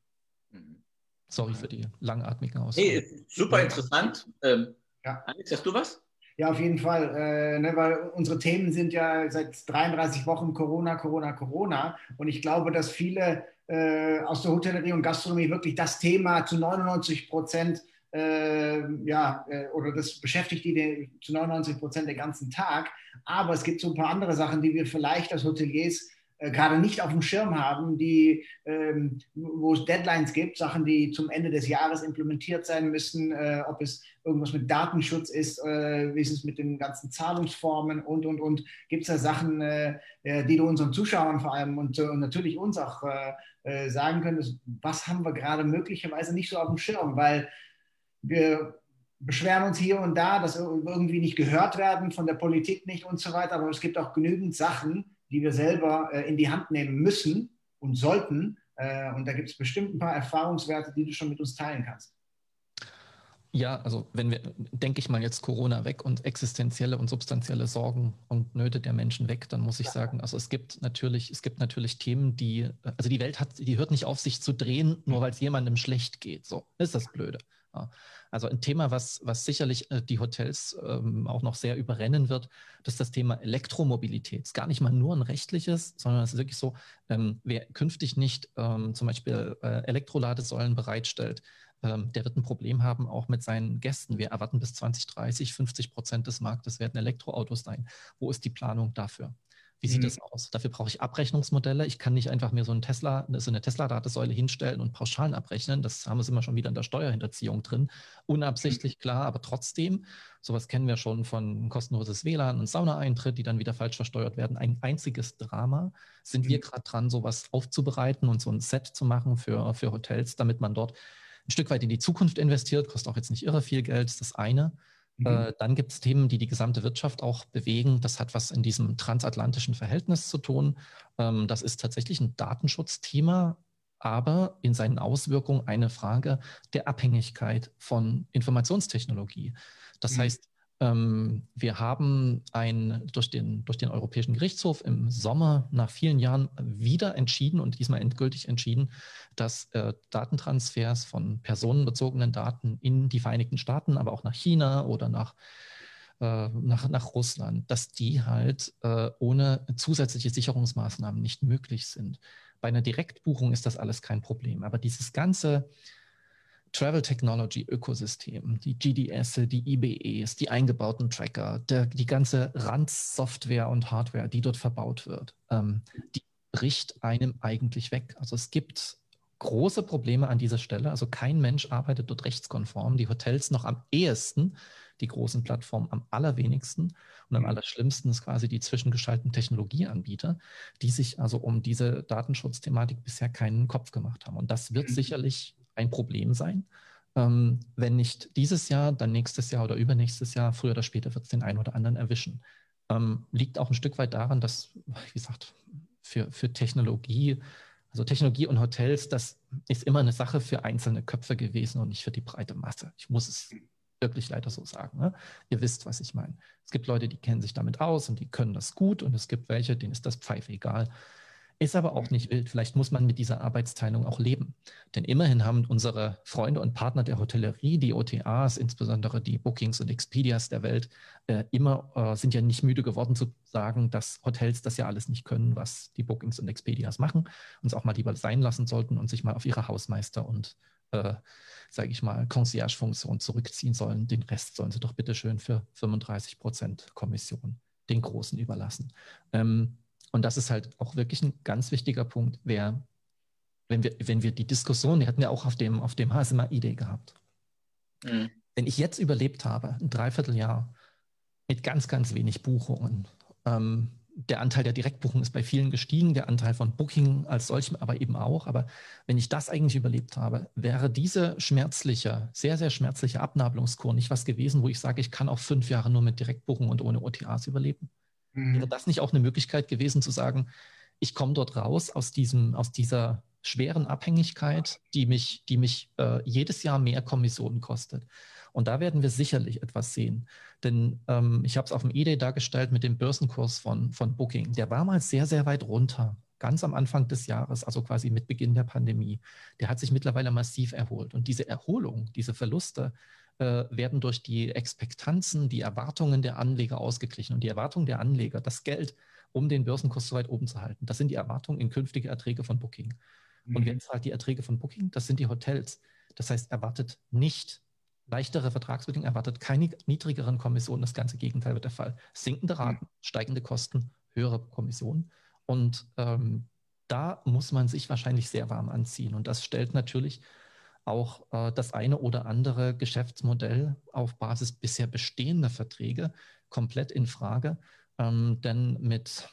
Sorry für die langatmigen Aussagen. Nee, ist super interessant. Ähm, Ja. Alex, hast du was? Ja, auf jeden Fall, äh, ne, weil unsere Themen sind ja seit dreiunddreißig Wochen Corona, Corona, Corona. Und ich glaube, dass viele äh, aus der Hotellerie und Gastronomie wirklich das Thema zu neunundneunzig Prozent, äh, ja, äh, oder das beschäftigt die den, zu neunundneunzig Prozent den ganzen Tag. Aber es gibt so ein paar andere Sachen, die wir vielleicht als Hoteliers äh, gerade nicht auf dem Schirm haben, die, ähm, wo es Deadlines gibt, Sachen, die zum Ende des Jahres implementiert sein müssen, äh, ob es irgendwas mit Datenschutz ist, äh, wie ist es mit den ganzen Zahlungsformen und, und, und. Gibt es da Sachen, äh, die du unseren Zuschauern vor allem und, und natürlich uns auch äh, sagen könntest, was haben wir gerade möglicherweise nicht so auf dem Schirm, weil wir beschweren uns hier und da, dass wir irgendwie nicht gehört werden, von der Politik nicht und so weiter, aber es gibt auch genügend Sachen, die wir selber äh, in die Hand nehmen müssen und sollten. Äh, und da gibt es bestimmt ein paar Erfahrungswerte, die du schon mit uns teilen kannst. Ja, also wenn wir, denke ich mal jetzt Corona weg und existenzielle und substanzielle Sorgen und Nöte der Menschen weg, dann muss ich sagen, also es gibt natürlich, es gibt natürlich Themen, die, also die Welt hat, die hört nicht auf, sich zu drehen, nur weil es jemandem schlecht geht. So, das ist das Blöde. Ja. Also ein Thema, was, was sicherlich äh, die Hotels ähm, auch noch sehr überrennen wird, das ist das Thema Elektromobilität. Es ist gar nicht mal nur ein rechtliches, sondern es ist wirklich so, ähm, wer künftig nicht ähm, zum Beispiel äh, Elektroladesäulen bereitstellt, ähm, der wird ein Problem haben, auch mit seinen Gästen. Wir erwarten bis zwanzig dreißig, fünfzig Prozent des Marktes werden Elektroautos sein. Wo ist die Planung dafür? Wie sieht das aus? Dafür brauche ich Abrechnungsmodelle. Ich kann nicht einfach mir so, ein Tesla, so eine Tesla-Ladesäule hinstellen und Pauschalen abrechnen. Das haben wir immer schon wieder in der Steuerhinterziehung drin. Unabsichtlich, klar, aber trotzdem, sowas kennen wir schon von kostenloses W L A N und Saunaeintritt, die dann wieder falsch versteuert werden. Ein einziges Drama. Sind wir gerade dran, sowas aufzubereiten und so ein Set zu machen für, für Hotels, damit man dort ein Stück weit in die Zukunft investiert. Kostet auch jetzt nicht irre viel Geld, ist das eine. Mhm. Äh, dann gibt es Themen, die die gesamte Wirtschaft auch bewegen. Das hat was in diesem transatlantischen Verhältnis zu tun. Ähm, das ist tatsächlich ein Datenschutzthema, aber in seinen Auswirkungen eine Frage der Abhängigkeit von Informationstechnologie. Das mhm. heißt, ähm, wir haben ein, durch, den, durch den Europäischen Gerichtshof im Sommer nach vielen Jahren wieder entschieden und diesmal endgültig entschieden, dass äh, Datentransfers von personenbezogenen Daten in die Vereinigten Staaten, aber auch nach China oder nach, äh, nach, nach Russland, dass die halt äh, ohne zusätzliche Sicherungsmaßnahmen nicht möglich sind. Bei einer Direktbuchung ist das alles kein Problem, aber dieses ganze Travel Technology Ökosystem, die G D S, die I B Es, die eingebauten Tracker, der, die ganze Randsoftware und Hardware, die dort verbaut wird, ähm, die bricht einem eigentlich weg. Also es gibt große Probleme an dieser Stelle. Also kein Mensch arbeitet dort rechtskonform. Die Hotels noch am ehesten, die großen Plattformen am allerwenigsten. Und am allerschlimmsten ist quasi die zwischengeschalteten Technologieanbieter, die sich also um diese Datenschutzthematik bisher keinen Kopf gemacht haben. Und das wird sicherlich ein Problem sein. Ähm, wenn nicht dieses Jahr, dann nächstes Jahr oder übernächstes Jahr, früher oder später wird es den einen oder anderen erwischen. Ähm, liegt auch ein Stück weit daran, dass, wie gesagt, für, für Technologie, also Technologie und Hotels, das ist immer eine Sache für einzelne Köpfe gewesen und nicht für die breite Masse. Ich muss es wirklich leider so sagen. Ne? Ihr wisst, was ich meine. Es gibt Leute, die kennen sich damit aus und die können das gut und es gibt welche, denen ist das Pfeife egal. Ist aber auch nicht wild. Vielleicht muss man mit dieser Arbeitsteilung auch leben. Denn immerhin haben unsere Freunde und Partner der Hotellerie, die O T As, insbesondere die Bookings und Expedias der Welt, äh, immer äh, sind ja nicht müde geworden zu sagen, dass Hotels das ja alles nicht können, was die Bookings und Expedias machen, und es auch mal lieber sein lassen sollten und sich mal auf ihre Hausmeister und, äh, sage ich mal, Concierge-Funktion zurückziehen sollen. Den Rest sollen sie doch bitte schön für fünfunddreißig Prozent Kommission den Großen überlassen. Ähm, Und das ist halt auch wirklich ein ganz wichtiger Punkt, wer, wenn wir, wenn wir die Diskussion, die hatten wir auch auf dem, auf dem H S M A-Idee gehabt. Mhm. Wenn ich jetzt überlebt habe, ein Dreivierteljahr mit ganz, ganz wenig Buchungen, ähm, der Anteil der Direktbuchung ist bei vielen gestiegen, der Anteil von Booking als solchem aber eben auch. Aber wenn ich das eigentlich überlebt habe, wäre diese schmerzliche, sehr, sehr schmerzliche Abnabelungskur nicht was gewesen, wo ich sage, ich kann auch fünf Jahre nur mit Direktbuchung und ohne O T As überleben. Mhm. Wäre das nicht auch eine Möglichkeit gewesen, zu sagen, ich komme dort raus aus, diesem, aus dieser schweren Abhängigkeit, die mich, die mich äh, jedes Jahr mehr Kommissionen kostet. Und da werden wir sicherlich etwas sehen. Denn ähm, ich habe es auf dem E-Day dargestellt mit dem Börsenkurs von, von Booking. Der war mal sehr, sehr weit runter, ganz am Anfang des Jahres, also quasi mit Beginn der Pandemie. Der hat sich mittlerweile massiv erholt. Und diese Erholung, diese Verluste, äh, werden durch die Expektanzen, die Erwartungen der Anleger ausgeglichen. Und die Erwartungen der Anleger, das Geld, um den Börsenkurs so weit oben zu halten, das sind die Erwartungen in künftige Erträge von Booking. Mhm. Und wer zahlt die Erträge von Booking? Das sind die Hotels. Das heißt, erwartet nicht leichtere Vertragsbedingungen, erwartet keine niedrigeren Kommissionen. Das ganze Gegenteil wird der Fall. Sinkende Raten, mhm. steigende Kosten, höhere Kommissionen. Und ähm, da muss man sich wahrscheinlich sehr warm anziehen. Und das stellt natürlich auch äh, das eine oder andere Geschäftsmodell auf Basis bisher bestehender Verträge komplett in Frage. Ähm, denn mit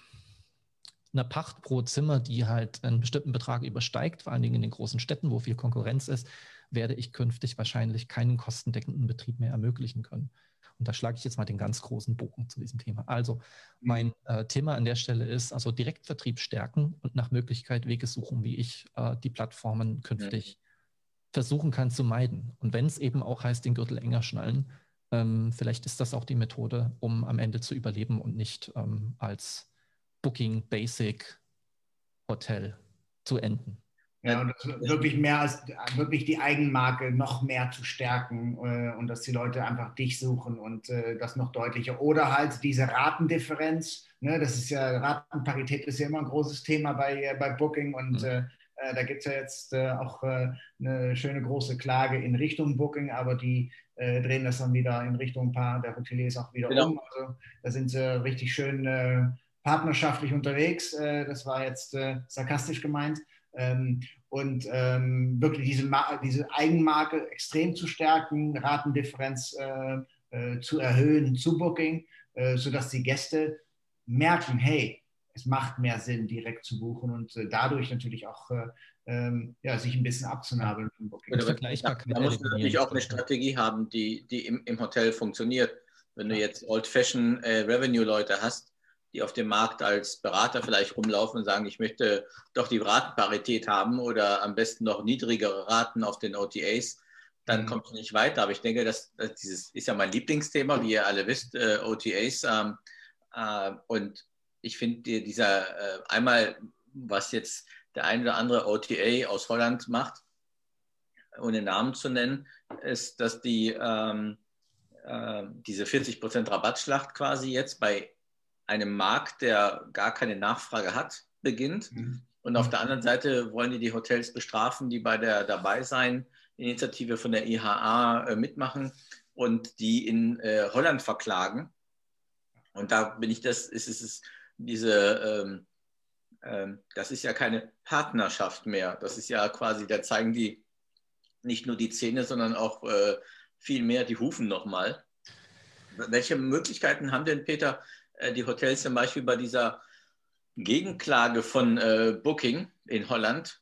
einer Pacht pro Zimmer, die halt einen bestimmten Betrag übersteigt, vor allen Dingen in den großen Städten, wo viel Konkurrenz ist, werde ich künftig wahrscheinlich keinen kostendeckenden Betrieb mehr ermöglichen können. Und da schlage ich jetzt mal den ganz großen Bogen zu diesem Thema. Also mein äh, Thema an der Stelle ist, also Direktvertrieb stärken und nach Möglichkeit Wege suchen, wie ich äh, die Plattformen künftig ja. versuchen kann zu meiden. Und wenn es eben auch heißt, den Gürtel enger schnallen, ähm, vielleicht ist das auch die Methode, um am Ende zu überleben und nicht ähm, als Booking Basic Hotel zu enden. Ja, und wirklich mehr als wirklich die Eigenmarke noch mehr zu stärken äh, und dass die Leute einfach dich suchen und äh, das noch deutlicher. Oder halt diese Ratendifferenz, ne, das ist ja, Ratenparität ist ja immer ein großes Thema bei, bei Booking und äh, äh, da gibt es ja jetzt äh, auch äh, eine schöne große Klage in Richtung Booking, aber die äh, drehen das dann wieder in Richtung ein paar der Hoteliers auch wieder Genau. um. Also da sind sie richtig schön äh, partnerschaftlich unterwegs. Äh, das war jetzt äh, sarkastisch gemeint. Ähm, und ähm, wirklich diese, diese Eigenmarke extrem zu stärken, Ratendifferenz äh, äh, zu erhöhen zu Booking, äh, sodass die Gäste merken, hey, es macht mehr Sinn, direkt zu buchen und äh, dadurch natürlich auch äh, ähm, ja, sich ein bisschen abzunabeln vom Booking. Da, da musst du natürlich auch eine Strategie haben, die, die im, im Hotel funktioniert. Wenn du jetzt Old-Fashion äh, Revenue-Leute hast, die auf dem Markt als Berater vielleicht rumlaufen und sagen, ich möchte doch die Ratenparität haben oder am besten noch niedrigere Raten auf den O T As, dann mhm. kommst du nicht weiter. Aber ich denke, dass, dass dieses ist ja mein Lieblingsthema, wie ihr alle wisst, äh, O T As. Ähm, äh, und ich finde dieser äh, einmal, was jetzt der ein oder andere O T A aus Holland macht, ohne Namen zu nennen, ist, dass die ähm, äh, diese vierzig Prozent Rabattschlacht quasi jetzt bei einem Markt, der gar keine Nachfrage hat, beginnt. Mhm. Und auf der anderen Seite wollen die die Hotels bestrafen, die bei der Dabei-Sein-Initiative von der I H A äh, mitmachen und die in äh, Holland verklagen. Und da bin ich das, ist es diese, ähm, ähm, das ist ja keine Partnerschaft mehr. Das ist ja quasi, da zeigen die nicht nur die Zähne, sondern auch äh, viel mehr die Hufen nochmal. Welche Möglichkeiten haben denn, Peter, die Hotels zum Beispiel bei dieser Gegenklage von äh, Booking in Holland,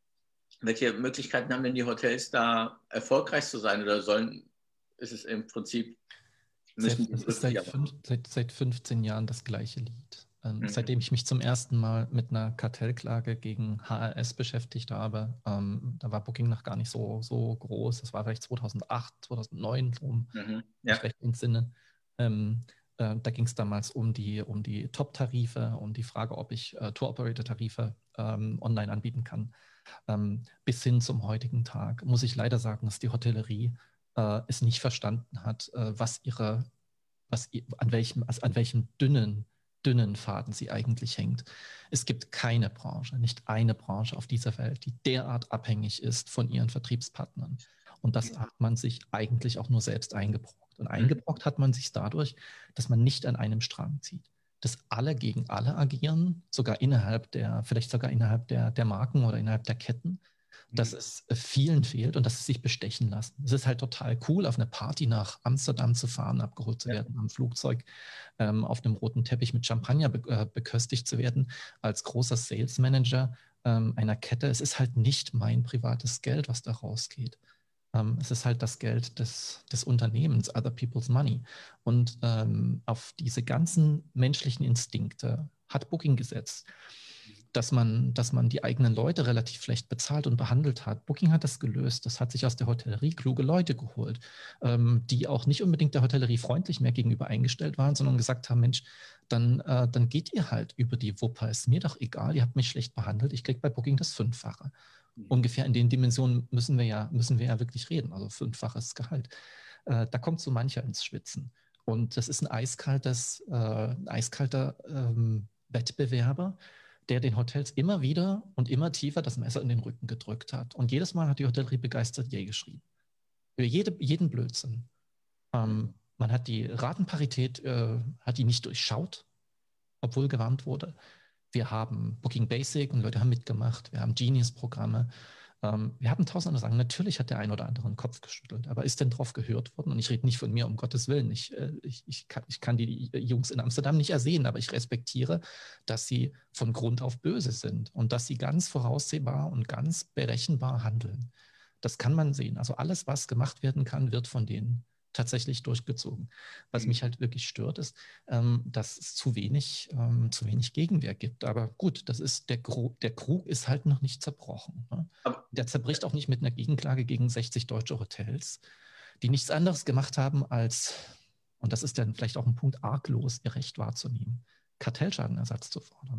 welche Möglichkeiten haben denn die Hotels da erfolgreich zu sein oder sollen, ist es im Prinzip, müssen Es ist seit, fünf, seit, seit fünfzehn Jahren das gleiche Lied. Ähm, mhm. Seitdem ich mich zum ersten Mal mit einer Kartellklage gegen H R S beschäftigt habe, ähm, da war Booking noch gar nicht so, so groß, das war vielleicht zweitausendacht, zweitausendneun rum, mhm. ja. Ich recht entsinne. Ähm, Da ging es damals um die, um die Top-Tarife, um die Frage, ob ich äh, Tour-Operator-Tarife ähm, online anbieten kann. Ähm, bis hin zum heutigen Tag muss ich leider sagen, dass die Hotellerie äh, es nicht verstanden hat, äh, was ihre, was, an welchem, also an welchem dünnen, dünnen Faden sie eigentlich hängt. Es gibt keine Branche, nicht eine Branche auf dieser Welt, die derart abhängig ist von ihren Vertriebspartnern. Und das hat man sich eigentlich auch nur selbst eingebrockt. Und eingebrockt hat man sich dadurch, dass man nicht an einem Strang zieht. Dass alle gegen alle agieren, sogar innerhalb der, vielleicht sogar innerhalb der, der Marken oder innerhalb der Ketten, dass es vielen fehlt und dass sie sich bestechen lassen. Es ist halt total cool, auf eine Party nach Amsterdam zu fahren, abgeholt zu werden ja. am Flugzeug, ähm, auf einem roten Teppich mit Champagner be äh, beköstigt zu werden, als großer Sales Manager ähm, einer Kette. Es ist halt nicht mein privates Geld, was da rausgeht. Um, es ist halt das Geld des, des Unternehmens, other people's money. Und ähm, auf diese ganzen menschlichen Instinkte hat Booking gesetzt, dass man, dass man die eigenen Leute relativ schlecht bezahlt und behandelt hat. Booking hat das gelöst. Das hat sich aus der Hotellerie kluge Leute geholt, ähm, die auch nicht unbedingt der Hotellerie freundlich mehr gegenüber eingestellt waren, sondern gesagt haben, Mensch, dann, äh, dann geht ihr halt über die Wupper. Ist mir doch egal, ihr habt mich schlecht behandelt. Ich kriege bei Booking das Fünffache. Ungefähr in den Dimensionen müssen wir ja, müssen wir ja wirklich reden, also fünffaches Gehalt. Äh, da kommt so mancher ins Schwitzen. Und das ist ein eiskaltes, äh, ein eiskalter ähm, Wettbewerber, der den Hotels immer wieder und immer tiefer das Messer in den Rücken gedrückt hat. Und jedes Mal hat die Hotellerie begeistert Yay geschrien. Für jede, jeden Blödsinn. Ähm, man hat die Ratenparität, äh, hat die nicht durchschaut, obwohl gewarnt wurde. Wir haben Booking Basic und Leute haben mitgemacht. Wir haben Genius-Programme. Ähm, wir haben tausend andere Sachen. Natürlich hat der ein oder andere den Kopf geschüttelt. Aber ist denn drauf gehört worden? Und ich rede nicht von mir, um Gottes Willen. Ich, äh, ich, ich, kann, ich kann die Jungs in Amsterdam nicht ersehen, aber ich respektiere, dass sie von Grund auf böse sind und dass sie ganz voraussehbar und ganz berechenbar handeln. Das kann man sehen. Also alles, was gemacht werden kann, wird von denen tatsächlich durchgezogen. Was mich halt wirklich stört, ist, ähm, dass es zu wenig, ähm, zu wenig Gegenwehr gibt. Aber gut, das ist der, Gru der Krug ist halt noch nicht zerbrochen. Ne? Der zerbricht auch nicht mit einer Gegenklage gegen sechzig deutsche Hotels, die nichts anderes gemacht haben als, und das ist dann vielleicht auch ein Punkt, arglos ihr Recht wahrzunehmen, Kartellschadenersatz zu fordern.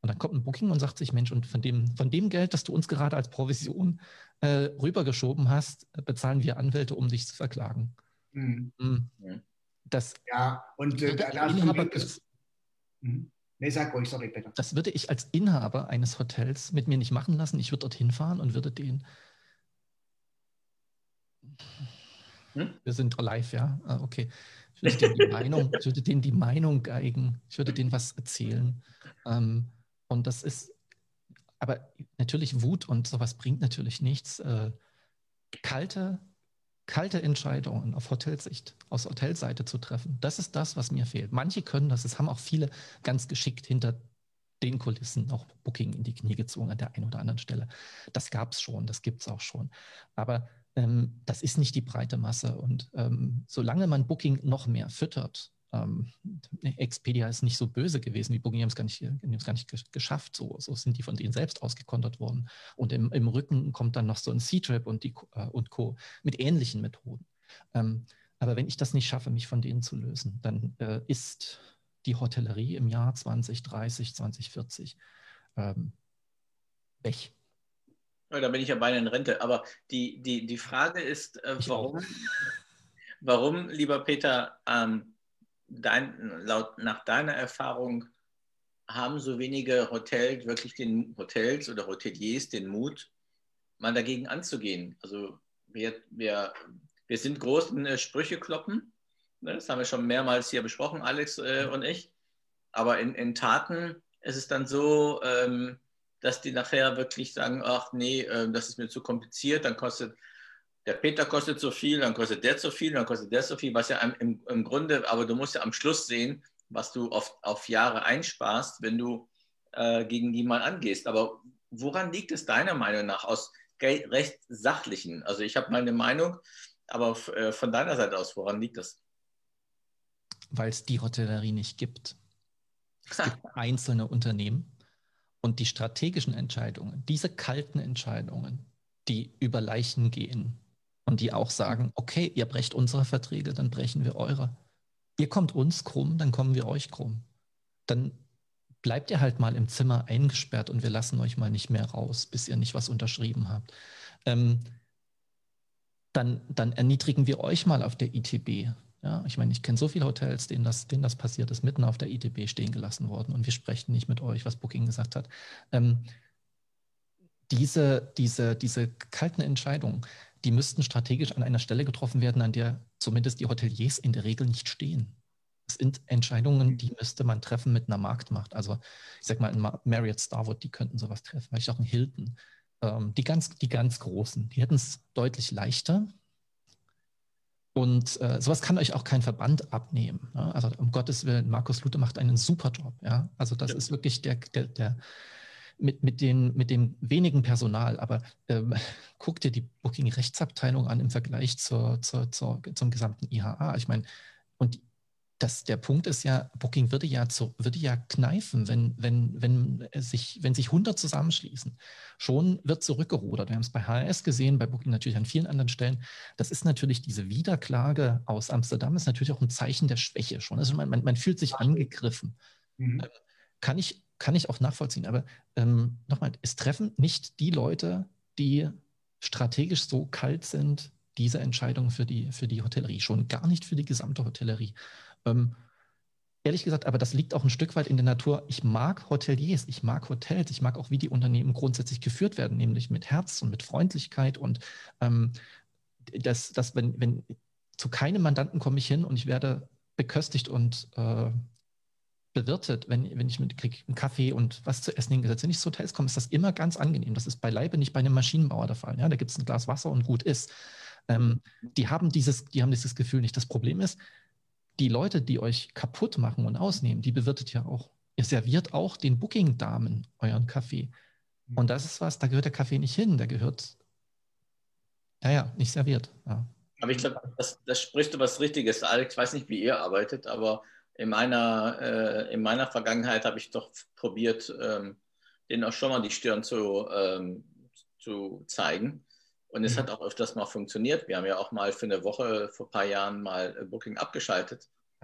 Und dann kommt ein Booking und sagt sich, Mensch, und von dem, von dem Geld, das du uns gerade als Provision äh, rübergeschoben hast, bezahlen wir Anwälte, um dich zu verklagen. Mhm. Das ja, und äh, da, Inhaber, das, mhm. Nee, sag ruhig, sorry, bitte. Das würde ich als Inhaber eines Hotels mit mir nicht machen lassen. Ich würde dorthin fahren und würde den hm? Wir sind live, ja? Ah, okay. Ich würde denen die Meinung, ich würde denen die Meinung geigen. Ich würde denen was erzählen. Ähm, und das ist, aber natürlich Wut und sowas bringt natürlich nichts. Äh, kalte, kalte Entscheidungen auf Hotelsicht, aus Hotelseite zu treffen. Das ist das, was mir fehlt. Manche können das, es haben auch viele ganz geschickt hinter den Kulissen auch Booking in die Knie gezwungen an der einen oder anderen Stelle. Das gab es schon, das gibt es auch schon. Aber ähm, das ist nicht die breite Masse. Und ähm, solange man Booking noch mehr füttert, ähm, Expedia ist nicht so böse gewesen wie Booking, die haben es gar nicht, die haben es gar nicht geschafft. So, so sind die von denen selbst ausgekontert worden. Und im, im Rücken kommt dann noch so ein C-Trip und, die, äh, und Co. mit ähnlichen Methoden. Ähm, aber wenn ich das nicht schaffe, mich von denen zu lösen, dann äh, ist die Hotellerie im Jahr zwanzig dreißig, zwanzig vierzig ähm, weg. Ja, da bin ich ja beinahe in Rente. Aber die, die, die Frage ist, äh, warum, warum, lieber Peter, ähm, dein, laut, nach deiner Erfahrung haben so wenige Hotels wirklich den Hotels oder Hoteliers den Mut, mal dagegen anzugehen? Also wir, wir, wir sind großen äh, Sprüchekloppen. Ne? Das haben wir schon mehrmals hier besprochen, Alex äh, und ich. Aber in, in Taten ist es dann so, ähm, dass die nachher wirklich sagen, ach nee, äh, das ist mir zu kompliziert, dann kostet der Peter kostet so viel, dann kostet der so viel, dann kostet der so viel, was ja im, im Grunde, aber du musst ja am Schluss sehen, was du auf, auf Jahre einsparst, wenn du äh, gegen die mal angehst. Aber woran liegt es deiner Meinung nach aus recht sachlichen? Also ich habe meine Meinung, aber äh, von deiner Seite aus, woran liegt das? Weil es die Hotellerie nicht gibt. Es gibt einzelne Unternehmen und die strategischen Entscheidungen, diese kalten Entscheidungen, die über Leichen gehen und die auch sagen, okay, ihr brecht unsere Verträge, dann brechen wir eure. Ihr kommt uns krumm, dann kommen wir euch krumm. Dann bleibt ihr halt mal im Zimmer eingesperrt und wir lassen euch mal nicht mehr raus, bis ihr nicht was unterschrieben habt. Ähm, dann, dann erniedrigen wir euch mal auf der I T B. Ja, ich meine, ich kenne so viele Hotels, denen das, denen das passiert ist, mitten auf der I T B stehen gelassen worden und wir sprechen nicht mit euch, was Booking gesagt hat. Ähm, diese, diese, diese kalten Entscheidungen, die müssten strategisch an einer Stelle getroffen werden, an der zumindest die Hoteliers in der Regel nicht stehen. Das sind Entscheidungen, die müsste man treffen mit einer Marktmacht. Also ich sag mal, ein Marriott, Starwood, die könnten sowas treffen, vielleicht auch ein Hilton. Ähm, die, ganz, die ganz Großen, die hätten es deutlich leichter. Und äh, sowas kann euch auch kein Verband abnehmen. Ne? Also um Gottes Willen, Markus Luthe macht einen super Job. Ja? Also das ja. ist wirklich der, der, der mit, mit, den, mit dem wenigen Personal. Aber ähm, guck dir die Booking-Rechtsabteilung an im Vergleich zur, zur, zur, zum gesamten I H A. Ich meine, und das, der Punkt ist ja, Booking würde ja, zu, würde ja kneifen, wenn, wenn, wenn, sich, wenn sich hundert zusammenschließen. Schon wird zurückgerudert. Wir haben es bei H R S gesehen, bei Booking natürlich an vielen anderen Stellen. Das ist natürlich, diese Wiederklage aus Amsterdam ist natürlich auch ein Zeichen der Schwäche schon. Also man, man, man fühlt sich angegriffen. Mhm. Ähm, kann ich, kann ich auch nachvollziehen. Aber ähm, nochmal, es treffen nicht die Leute, die strategisch so kalt sind, diese Entscheidung für die, für die Hotellerie, schon gar nicht für die gesamte Hotellerie. Ähm, ehrlich gesagt, aber das liegt auch ein Stück weit in der Natur. Ich mag Hoteliers, ich mag Hotels, ich mag auch, wie die Unternehmen grundsätzlich geführt werden, nämlich mit Herz und mit Freundlichkeit und ähm, dass, dass wenn, wenn zu keinem Mandanten komme ich hin und ich werde beköstigt und äh, bewirtet, wenn, wenn ich mit krieg einen Kaffee und was zu essen hingesetzt. Wenn ich zu Hotels komme, ist das immer ganz angenehm. Das ist beileibe nicht bei einem Maschinenbauer der Fall. Ja, da gibt es ein Glas Wasser und gut ist. Ähm, die haben dieses, die haben dieses Gefühl nicht. Das Problem ist, die Leute, die euch kaputt machen und ausnehmen, die bewirtet ja auch. Ihr serviert auch den Booking-Damen euren Kaffee. Und das ist was, da gehört der Kaffee nicht hin. Der gehört, naja, nicht serviert. Ja. Aber ich glaube, das, das sprichst du was Richtiges, Alex. Ich weiß nicht, wie ihr arbeitet, aber in meiner, äh, in meiner Vergangenheit habe ich doch probiert, ähm, denen auch schon mal die Stirn zu, ähm, zu zeigen. Und es mhm. hat auch öfters mal funktioniert. Wir haben ja auch mal für eine Woche vor ein paar Jahren mal Booking abgeschaltet. Ja.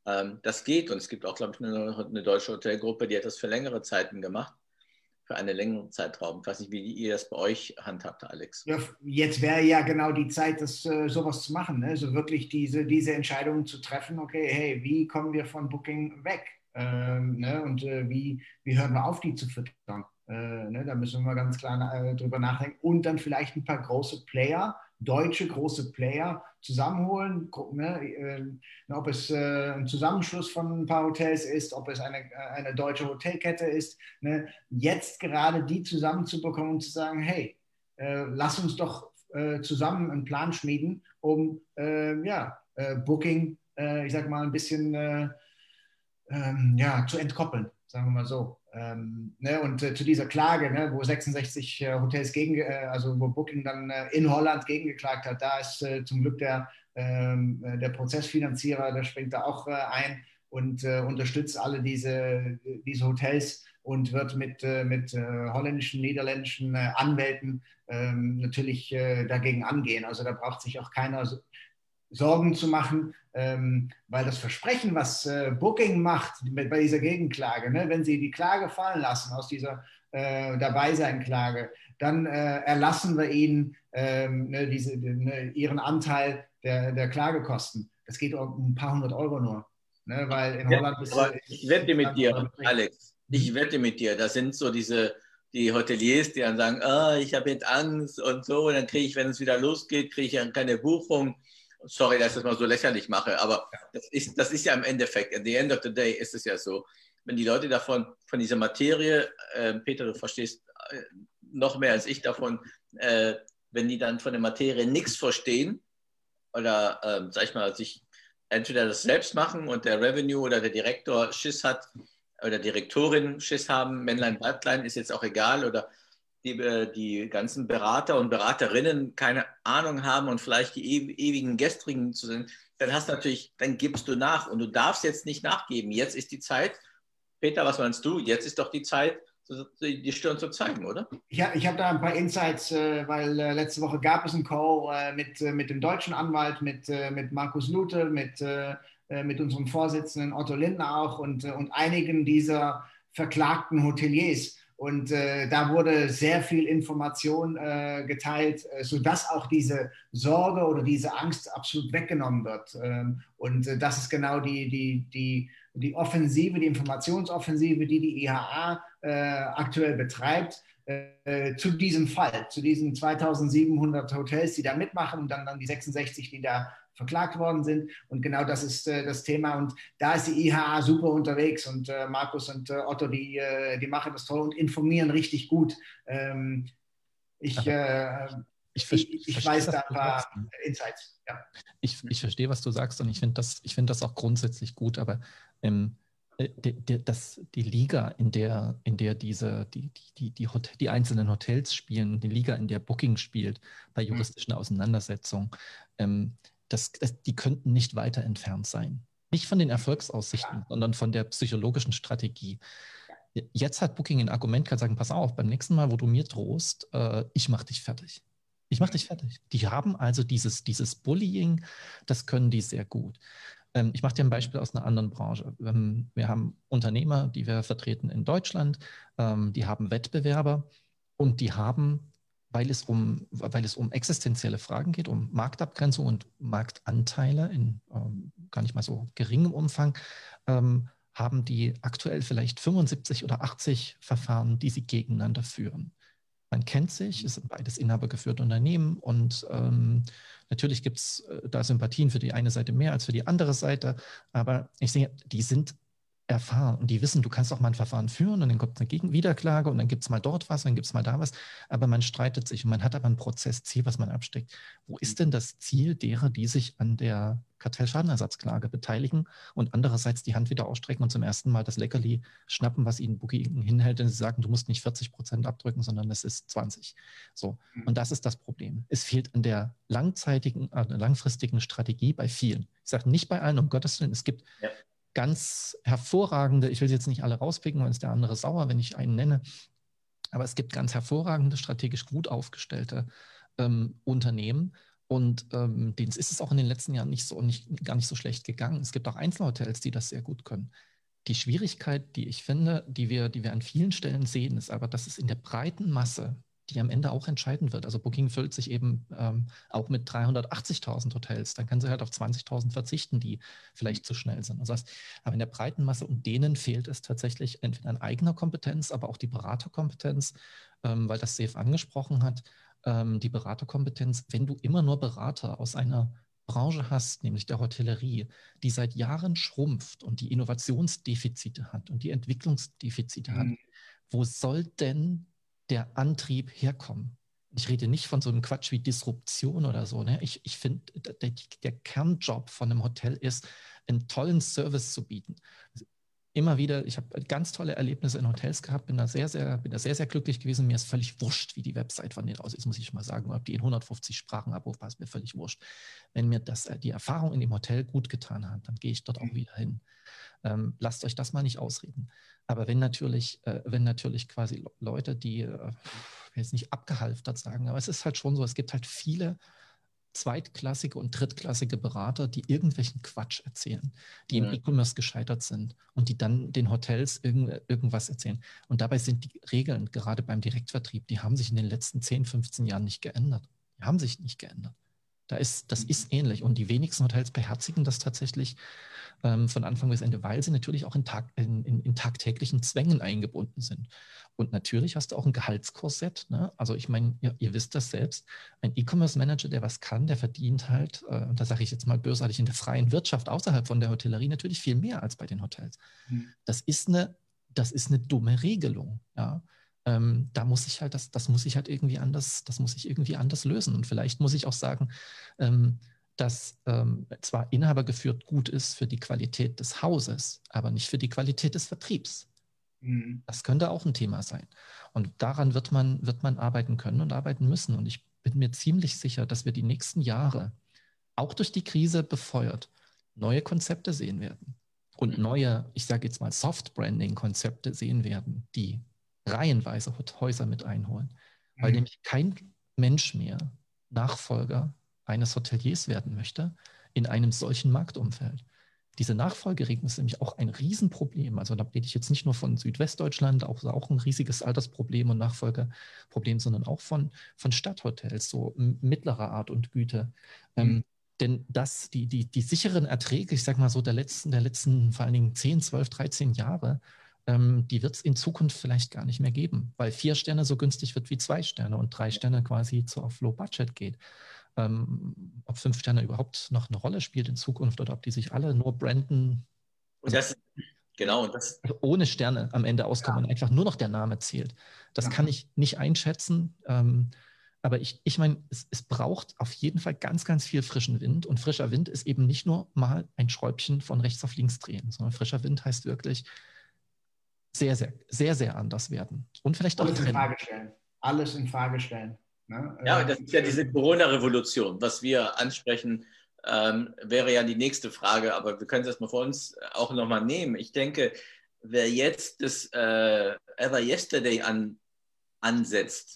Ähm, das geht und es gibt auch, glaube ich, eine, eine deutsche Hotelgruppe, die hat das für längere Zeiten gemacht, für einen längeren Zeitraum. Ich weiß nicht, wie ihr das bei euch handhabt, Alex. Ja, jetzt wäre ja genau die Zeit, das, äh, sowas zu machen, ne? So wirklich diese, diese Entscheidungen zu treffen, okay, hey, wie kommen wir von Booking weg? Ähm, ne? Und äh, wie, wie hören wir auf, die zu füttern? Äh, ne? Da müssen wir ganz klar äh, drüber nachdenken. Und dann vielleicht ein paar große Player, deutsche große Player zusammenholen, ne? äh, ob es äh, ein Zusammenschluss von ein paar Hotels ist, ob es eine, eine deutsche Hotelkette ist, ne? Jetzt gerade die zusammenzubekommen und zu sagen, hey, äh, lass uns doch äh, zusammen einen Plan schmieden, um äh, ja, äh, Booking, äh, ich sag mal, ein bisschen äh, ähm, ja, zu entkoppeln, sagen wir mal so. Ähm, ne, und äh, zu dieser Klage, ne, wo sechsundsechzig äh, Hotels gegen, äh, also wo Booking dann äh, in Holland gegengeklagt hat, da ist äh, zum Glück der, ähm, der Prozessfinanzierer, der springt da auch äh, ein und äh, unterstützt alle diese, diese Hotels und wird mit, äh, mit äh, holländischen, niederländischen äh, Anwälten ähm, natürlich äh, dagegen angehen. Also da braucht sich auch keiner so Sorgen zu machen, ähm, weil das Versprechen, was äh, Booking macht mit, bei dieser Gegenklage, ne, wenn sie die Klage fallen lassen aus dieser äh, Dabeiseinklage, dann äh, erlassen wir ihnen ähm, ne, diese, ne, ihren Anteil der, der Klagekosten. Das geht um ein paar hundert Euro nur. Ne, weil in Holland ist, Aber ist ich wette mit dir, Alex, ich wette mit dir, das sind so diese die Hoteliers, die dann sagen, ah, ich habe jetzt Angst und so, und dann kriege ich, wenn es wieder losgeht, kriege ich dann keine Buchung. Sorry, dass ich das mal so lächerlich mache, aber das ist, das ist ja im Endeffekt, at the end of the day ist es ja so, wenn die Leute davon, von dieser Materie, äh, Peter, du verstehst äh, noch mehr als ich davon, äh, wenn die dann von der Materie nichts verstehen oder, äh, sag ich mal, sich entweder das selbst machen und der Revenue oder der Direktor Schiss hat oder Direktorin Schiss haben, Männlein, Weiblein, ist jetzt auch egal, oder die, die ganzen Berater und Beraterinnen keine Ahnung haben und vielleicht die ewigen Gestrigen zu sind, dann hast du natürlich, dann gibst du nach und du darfst jetzt nicht nachgeben. Jetzt ist die Zeit. Peter, was meinst du? Jetzt ist doch die Zeit, die Stirn zu zeigen, oder? Ich habe ich hab da ein paar Insights, äh, weil äh, letzte Woche gab es einen Call äh, mit, äh, mit dem deutschen Anwalt, mit, äh, mit Markus Lute, mit, äh, mit unserem Vorsitzenden Otto Lindner auch und, äh, und einigen dieser verklagten Hoteliers. Und äh, da wurde sehr viel Information äh, geteilt, äh, sodass auch diese Sorge oder diese Angst absolut weggenommen wird. Ähm, und äh, das ist genau die, die, die, die Offensive, die Informationsoffensive, die die I H A äh, aktuell betreibt, äh, zu diesem Fall, zu diesen zweitausendsiebenhundert Hotels, die da mitmachen und dann, dann die sechsundsechzig, die da verklagt worden sind. Und genau das ist äh, das Thema. Und da ist die I H A super unterwegs. Und äh, Markus und äh, Otto, die, äh, die machen das toll und informieren richtig gut. Ähm, ich, äh, ich, ich, ich weiß verstehe, da ein paar Insights. Ja. Ich, ich verstehe, was du sagst, und ich finde das, ich find das auch grundsätzlich gut. Aber ähm, die, die, das, die Liga, in der, in der diese, die, die, die, Hotel, die einzelnen Hotels spielen, die Liga, in der Booking spielt, bei juristischen Auseinandersetzungen, ähm, Das, das, die könnten nicht weiter entfernt sein. Nicht von den Erfolgsaussichten, ja, sondern von der psychologischen Strategie. Jetzt hat Booking ein Argument, kann sagen, pass auf, beim nächsten Mal, wo du mir drohst, äh, ich mache dich fertig. Ich mache dich fertig. Die haben also dieses, dieses Bullying, das können die sehr gut. Ähm, ich mache dir ein Beispiel aus einer anderen Branche. Ähm, wir haben Unternehmer, die wir vertreten in Deutschland, ähm, die haben Wettbewerber und die haben, weil es um, weil es um existenzielle Fragen geht, um Marktabgrenzung und Marktanteile in ähm, gar nicht mal so geringem Umfang, ähm, haben die aktuell vielleicht fünfundsiebzig oder achtzig Verfahren, die sie gegeneinander führen. Man kennt sich, es sind beides inhabergeführte Unternehmen und ähm, natürlich gibt es äh, da Sympathien für die eine Seite mehr als für die andere Seite, aber ich sehe, die sind erfahren und die wissen, du kannst auch mal ein Verfahren führen und dann kommt eine Gegenwiederklage und dann gibt es mal dort was, dann gibt es mal da was, aber man streitet sich und man hat aber ein Prozessziel, was man absteckt. Wo ist denn das Ziel derer, die sich an der Kartellschadenersatzklage beteiligen und andererseits die Hand wieder ausstrecken und zum ersten Mal das Leckerli schnappen, was ihnen Booking hinhält, und sie sagen, du musst nicht vierzig Prozent abdrücken, sondern es ist zwanzig. So. Und das ist das Problem. Es fehlt an der langzeitigen, äh, langfristigen Strategie bei vielen. Ich sage nicht bei allen, um Gottes Willen, es gibt ja ganz hervorragende, ich will jetzt nicht alle rauspicken, weil ist der andere sauer, wenn ich einen nenne, aber es gibt ganz hervorragende, strategisch gut aufgestellte ähm, Unternehmen Und ähm, denen ist es auch in den letzten Jahren nicht so, nicht, gar nicht so schlecht gegangen. Es gibt auch Einzelhotels, die das sehr gut können. Die Schwierigkeit, die ich finde, die wir, die wir an vielen Stellen sehen, ist aber, dass es in der breiten Masse, die am Ende auch entscheiden wird. Also Booking füllt sich eben ähm, auch mit dreihundertachtzigtausend Hotels. Dann kann sie halt auf zwanzigtausend verzichten, die vielleicht zu schnell sind. Also das, aber in der breiten Masse, und denen fehlt es tatsächlich entweder an eigener Kompetenz, aber auch die Beraterkompetenz, ähm, weil das Seif angesprochen hat, ähm, die Beraterkompetenz. Wenn du immer nur Berater aus einer Branche hast, nämlich der Hotellerie, die seit Jahren schrumpft und die Innovationsdefizite hat und die Entwicklungsdefizite mhm. hat, wo soll denn der Antrieb herkommen? Ich rede nicht von so einem Quatsch wie Disruption oder so. Ne? Ich, ich finde, der, der Kernjob von einem Hotel ist, einen tollen Service zu bieten. Immer wieder, ich habe ganz tolle Erlebnisse in Hotels gehabt, bin da sehr, sehr, bin da sehr, sehr glücklich gewesen. Mir ist völlig wurscht, wie die Website von denen aussieht, muss ich mal sagen. Ob die in hundertfünfzig Sprachen abrufbar ist, mir völlig wurscht. Wenn mir das, die Erfahrung in dem Hotel gut getan hat, dann gehe ich dort auch wieder hin. Ähm, lasst euch das mal nicht ausreden. Aber wenn natürlich, äh, wenn natürlich quasi Leute, die, äh, jetzt nicht abgehalftert sagen, aber es ist halt schon so, es gibt halt viele zweitklassige und drittklassige Berater, die irgendwelchen Quatsch erzählen, die ja. im E-Commerce gescheitert sind und die dann den Hotels irgend, irgendwas erzählen. Und dabei sind die Regeln, gerade beim Direktvertrieb, die haben sich in den letzten zehn, fünfzehn Jahren nicht geändert. Die haben sich nicht geändert. Da ist, das ist ähnlich. Und die wenigsten Hotels beherzigen das tatsächlich ähm, von Anfang bis Ende, weil sie natürlich auch in, Tag, in, in, in tagtäglichen Zwängen eingebunden sind. Und natürlich hast du auch ein Gehaltskorsett. Ne? Also ich meine, ihr, ihr wisst das selbst, ein E-Commerce-Manager, der was kann, der verdient halt, äh, und da sage ich jetzt mal bösartig, in der freien Wirtschaft außerhalb von der Hotellerie natürlich viel mehr als bei den Hotels. Mhm. Das ist eine, das ist eine dumme Regelung, ja. Ähm, da muss ich halt, das, das muss ich halt irgendwie anders, das muss ich irgendwie anders lösen. Und vielleicht muss ich auch sagen, ähm, dass ähm, zwar Inhaber geführt gut ist für die Qualität des Hauses, aber nicht für die Qualität des Vertriebs. Mhm. Das könnte auch ein Thema sein. Und daran wird man, wird man arbeiten können und arbeiten müssen. Und ich bin mir ziemlich sicher, dass wir die nächsten Jahre, auch durch die Krise befeuert, neue Konzepte sehen werden. Und neue, ich sage jetzt mal Soft-Branding-Konzepte sehen werden, die reihenweise Häuser mit einholen, mhm. weil nämlich kein Mensch mehr Nachfolger eines Hoteliers werden möchte in einem solchen Marktumfeld. Diese Nachfolgeregelung ist nämlich auch ein Riesenproblem. Also da rede ich jetzt nicht nur von Südwestdeutschland, auch, auch ein riesiges Altersproblem und Nachfolgeproblem, sondern auch von, von Stadthotels, so mittlerer Art und Güte. Mhm. Ähm, denn das, die, die, die sicheren Erträge, ich sage mal so der letzten, der letzten vor allen Dingen zehn, zwölf, dreizehn Jahre, die wird es in Zukunft vielleicht gar nicht mehr geben, weil vier Sterne so günstig wird wie zwei Sterne und drei Sterne quasi zu auf Low Budget geht. Ähm, ob fünf Sterne überhaupt noch eine Rolle spielt in Zukunft oder ob die sich alle nur branden. Und das, genau, und das ohne Sterne am Ende auskommen ja. und einfach nur noch der Name zählt. Das ja. kann ich nicht einschätzen. Ähm, aber ich, ich meine, es, es braucht auf jeden Fall ganz, ganz viel frischen Wind. Und frischer Wind ist eben nicht nur mal ein Schräubchen von rechts auf links drehen, sondern frischer Wind heißt wirklich, sehr, sehr, sehr, sehr anders werden. Und vielleicht alles auch in Frage stellen. Alles in Frage stellen. Ne? Ja, das ist ja diese Corona-Revolution. Was wir ansprechen, ähm, wäre ja die nächste Frage, aber wir können es erstmal für uns auch nochmal nehmen. Ich denke, wer jetzt das äh, Ever Yesterday an, ansetzt,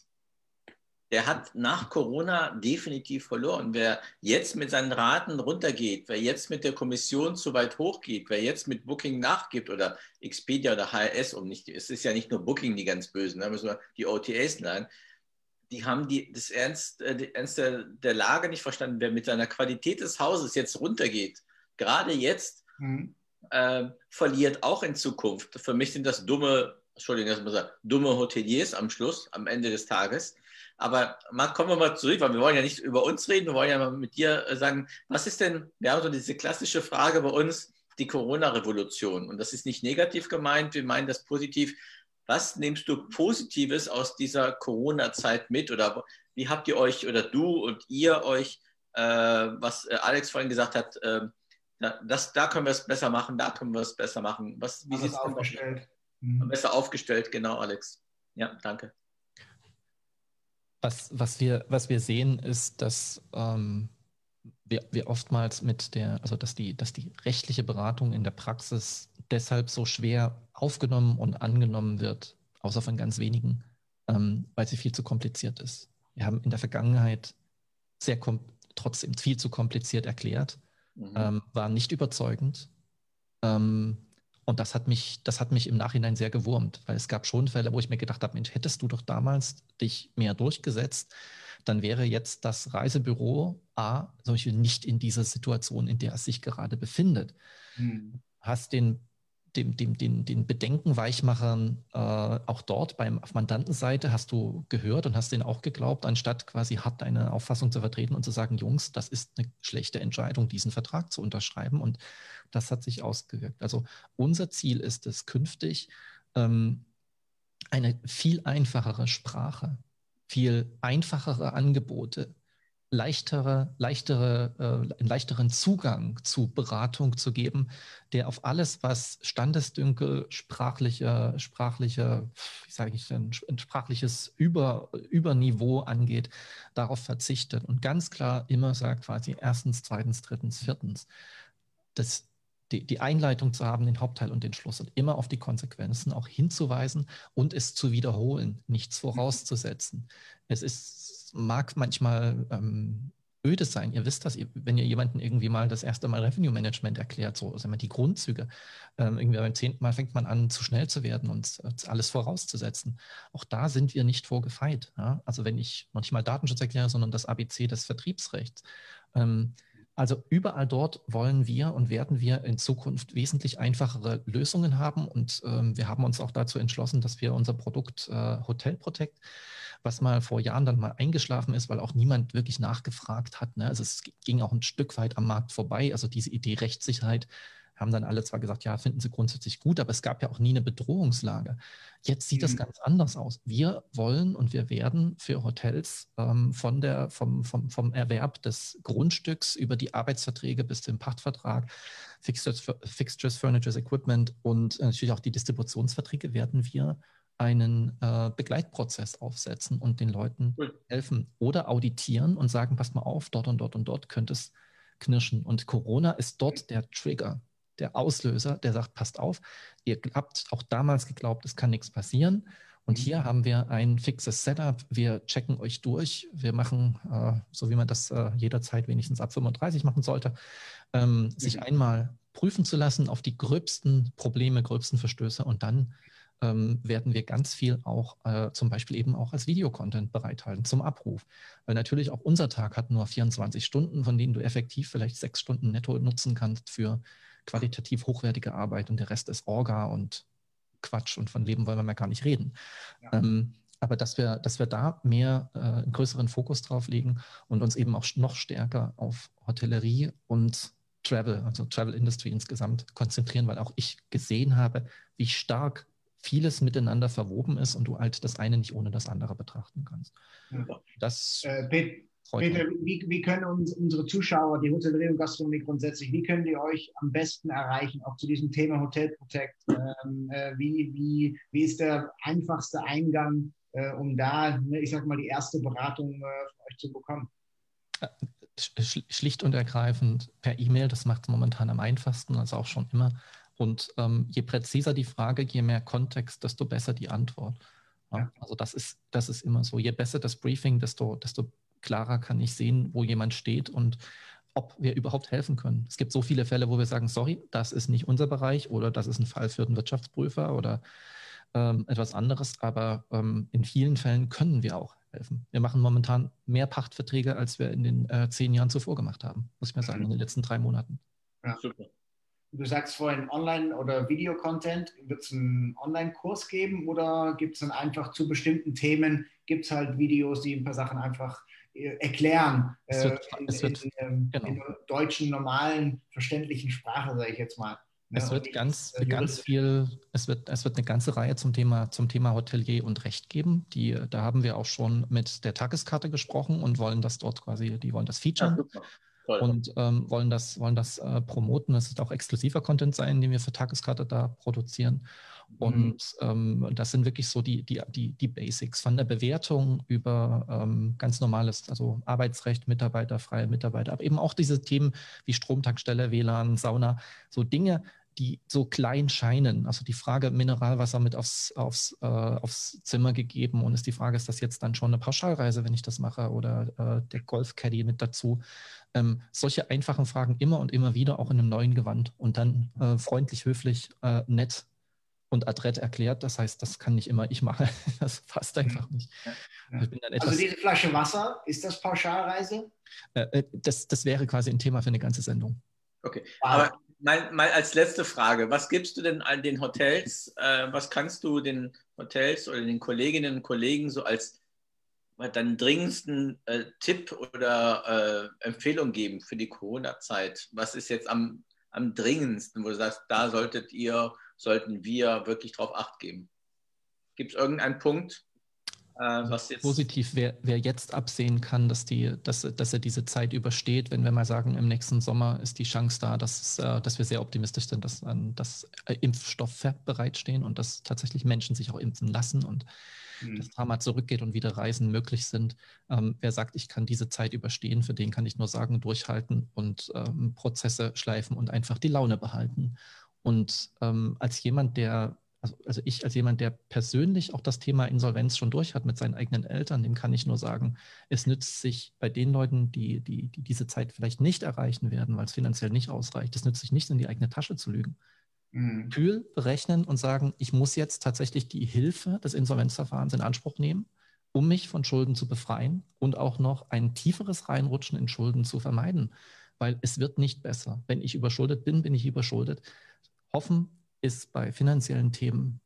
der hat nach Corona definitiv verloren. Wer jetzt mit seinen Raten runtergeht, wer jetzt mit der Kommission zu weit hochgeht, wer jetzt mit Booking nachgibt oder Expedia oder H R S, um nicht, es ist ja nicht nur Booking die ganz Bösen, da müssen wir die O T As nennen, die haben die, das Ernst, äh, Ernst der, der Lage nicht verstanden. Wer mit seiner Qualität des Hauses jetzt runtergeht, gerade jetzt, mhm. äh, verliert auch in Zukunft. Für mich sind das dumme, Entschuldigung, dass man sagt, dumme Hoteliers am Schluss, am Ende des Tages. Aber mal, kommen wir mal zurück, weil wir wollen ja nicht über uns reden, wir wollen ja mal mit dir sagen, was ist denn, wir haben so diese klassische Frage bei uns, die Corona-Revolution. Und das ist nicht negativ gemeint, wir meinen das positiv. Was nimmst du Positives aus dieser Corona-Zeit mit? Oder wie habt ihr euch, oder du und ihr euch, äh, was Alex vorhin gesagt hat, äh, das, da können wir es besser machen, da können wir es besser machen. Was, wie sieht es aufgestellt? Mhm. Besser aufgestellt, genau, Alex. Ja, danke. Was, was, wir, was wir sehen, ist, dass ähm, wir, wir oftmals mit der, also dass die, dass die rechtliche Beratung in der Praxis deshalb so schwer aufgenommen und angenommen wird, außer von ganz wenigen, ähm, weil sie viel zu kompliziert ist. Wir haben in der Vergangenheit sehr, kom trotzdem viel zu kompliziert erklärt, Mhm. ähm, war nicht überzeugend. Ähm, und das hat mich, das hat mich im Nachhinein sehr gewurmt, weil es gab schon Fälle, wo ich mir gedacht habe, Mensch, hättest du doch damals dich mehr durchgesetzt, dann wäre jetzt das Reisebüro A zum Beispiel nicht in dieser Situation, in der es sich gerade befindet. Mhm. Hast den, dem, dem, den, den Bedenkenweichmachern äh, auch dort beim, auf Mandantenseite hast du gehört und hast denen auch geglaubt, anstatt quasi hart deine Auffassung zu vertreten und zu sagen, Jungs, das ist eine schlechte Entscheidung, diesen Vertrag zu unterschreiben. Und das hat sich ausgewirkt. Also unser Ziel ist es künftig, ähm, eine viel einfachere Sprache, viel einfachere Angebote, leichtere, leichtere, äh, einen leichteren Zugang zu Beratung zu geben, der auf alles, was Standesdünkel, sprachliche, sprachliche, wie sage ich denn, ein sprachliches Über, Überniveau angeht, darauf verzichtet und ganz klar immer sagt quasi erstens, zweitens, drittens, viertens. Das Die, die Einleitung zu haben, den Hauptteil und den Schluss und immer auf die Konsequenzen auch hinzuweisen und es zu wiederholen, nichts vorauszusetzen. Es ist, mag manchmal ähm, öde sein. Ihr wisst das, ihr, wenn ihr jemanden irgendwie mal das erste Mal Revenue Management erklärt, so sagen wir, die Grundzüge. Ähm, irgendwie beim zehnten Mal fängt man an, zu schnell zu werden und äh, alles vorauszusetzen. Auch da sind wir nicht vorgefeit. Ja? Also wenn ich noch nicht mal Datenschutz erkläre, sondern das A B C des Vertriebsrechts. Ähm, Also überall dort wollen wir und werden wir in Zukunft wesentlich einfachere Lösungen haben. Und ähm, wir haben uns auch dazu entschlossen, dass wir unser Produkt äh, Hotel Protect, was mal vor Jahren dann mal eingeschlafen ist, weil auch niemand wirklich nachgefragt hat. Ne? Also es ging auch ein Stück weit am Markt vorbei. Also diese Idee Rechtssicherheit haben dann alle zwar gesagt, ja, finden sie grundsätzlich gut, aber es gab ja auch nie eine Bedrohungslage. Jetzt sieht das Mhm. ganz anders aus. Wir wollen und wir werden für Hotels ähm, von der, vom, vom, vom Erwerb des Grundstücks über die Arbeitsverträge bis zum Pachtvertrag, Fixtures, Fixtures, Furnitures, Equipment und natürlich auch die Distributionsverträge werden wir einen äh, Begleitprozess aufsetzen und den Leuten Cool. helfen oder auditieren und sagen, passt mal auf, dort und dort und dort könnte es knirschen. Und Corona ist dort der Trigger, der Auslöser, der sagt, passt auf, ihr habt auch damals geglaubt, es kann nichts passieren. Und hier haben wir ein fixes Setup. Wir checken euch durch. Wir machen, äh, so wie man das äh, jederzeit wenigstens ab fünfunddreißig machen sollte, ähm, sich einmal prüfen zu lassen auf die gröbsten Probleme, gröbsten Verstöße. Und dann ähm, werden wir ganz viel auch äh, zum Beispiel eben auch als Videocontent bereithalten zum Abruf. Weil natürlich auch unser Tag hat nur vierundzwanzig Stunden, von denen du effektiv vielleicht sechs Stunden netto nutzen kannst für qualitativ hochwertige Arbeit und der Rest ist Orga und Quatsch und von Leben wollen wir mal gar nicht reden. Ja. Ähm, aber dass wir, dass wir da mehr äh, einen größeren Fokus drauf legen und uns eben auch noch stärker auf Hotellerie und Travel, also Travel Industry insgesamt konzentrieren, weil auch ich gesehen habe, wie stark vieles miteinander verwoben ist und du halt das eine nicht ohne das andere betrachten kannst. Ja. Das Äh, Pet freut Peter, mich. wie, wie können uns unsere Zuschauer, die Hotellerie und Gastronomie grundsätzlich, wie können die euch am besten erreichen, auch zu diesem Thema Hotel Protect? Ähm, äh, wie, wie, wie ist der einfachste Eingang, äh, um da, ne, ich sag mal, die erste Beratung äh, von euch zu bekommen? Schlicht und ergreifend per E-Mail, das macht es momentan am einfachsten, also auch schon immer. Und ähm, je präziser die Frage, je mehr Kontext, desto besser die Antwort. Ja, Ja. also das ist, das ist immer so. Je besser das Briefing, desto, desto klarer kann ich sehen, wo jemand steht und ob wir überhaupt helfen können. Es gibt so viele Fälle, wo wir sagen, sorry, das ist nicht unser Bereich oder das ist ein Fall für einen Wirtschaftsprüfer oder ähm, etwas anderes, aber ähm, in vielen Fällen können wir auch helfen. Wir machen momentan mehr Pachtverträge, als wir in den äh, zehn Jahren zuvor gemacht haben, muss ich mal sagen, in den letzten drei Monaten. Ja. Super. Du sagst vorhin Online- oder Videocontent. Wird es einen Online-Kurs geben oder gibt es dann einfach zu bestimmten Themen, gibt es halt Videos, die ein paar Sachen einfach äh, erklären Es äh, wird, in, es wird, in, in, genau. in der deutschen, normalen, verständlichen Sprache, sage ich jetzt mal. Ne? Es Und wird nicht, ganz, äh, ganz juristisch. viel, es wird, es wird eine ganze Reihe zum Thema, zum Thema Hotelier und Recht geben. Die, da haben wir auch schon mit der Tageskarte gesprochen und wollen das dort quasi, die wollen das Ja, featuren. super. Toll. Und ähm, wollen das, wollen das äh, promoten. Das wird auch exklusiver Content sein, den wir für Tageskarte da produzieren. Und ähm, das sind wirklich so die, die, die, die Basics von der Bewertung über ähm, ganz normales, also Arbeitsrecht, Mitarbeiter, freie Mitarbeiter, aber eben auch diese Themen wie Stromtankstelle, W L A N, Sauna, so Dinge, die so klein scheinen. Also die Frage, Mineralwasser mit aufs, aufs, äh, aufs Zimmer gegeben und ist die Frage, ist das jetzt dann schon eine Pauschalreise, wenn ich das mache, oder äh, der Golf-Caddy mit dazu? Ähm, solche einfachen Fragen immer und immer wieder, auch in einem neuen Gewand und dann äh, freundlich, höflich, äh, nett und adrett erklärt. Das heißt, das kann nicht immer ich machen. Das passt einfach nicht. Ja. Ich bin dann Also etwas, diese Flasche Wasser, ist das Pauschalreise? äh, das, das wäre quasi ein Thema für eine ganze Sendung. Okay, Wow. aber mal, mal als letzte Frage, was gibst du denn an den Hotels, äh, was kannst du den Hotels oder den Kolleginnen und Kollegen so als deinen dringendsten äh, Tipp oder äh, Empfehlung geben für die Corona-Zeit? Was ist jetzt am, am dringendsten, wo du sagst, da solltet ihr, sollten wir wirklich drauf Acht geben? Gibt es irgendeinen Punkt, äh, was jetzt... Positiv, wer, wer jetzt absehen kann, dass, die, dass, dass er diese Zeit übersteht, wenn wir mal sagen, im nächsten Sommer ist die Chance da, dass, äh, dass wir sehr optimistisch sind, dass, äh, dass äh, Impfstoffe bereitstehen und dass tatsächlich Menschen sich auch impfen lassen und mhm. das Drama zurückgeht und wieder Reisen möglich sind. Ähm, wer sagt, ich kann diese Zeit überstehen, für den kann ich nur sagen, durchhalten und ähm, Prozesse schleifen und einfach die Laune behalten. Und ähm, als jemand, der Also, also ich als jemand, der persönlich auch das Thema Insolvenz schon durch hat mit seinen eigenen Eltern, dem kann ich nur sagen, es nützt sich bei den Leuten, die, die, die diese Zeit vielleicht nicht erreichen werden, weil es finanziell nicht ausreicht, es nützt sich nicht, in die eigene Tasche zu lügen. Mhm. Kühl berechnen und sagen, ich muss jetzt tatsächlich die Hilfe des Insolvenzverfahrens in Anspruch nehmen, um mich von Schulden zu befreien und auch noch ein tieferes Reinrutschen in Schulden zu vermeiden, weil es wird nicht besser. Wenn ich überschuldet bin, bin ich überschuldet. Hoffen ist bei finanziellen Themen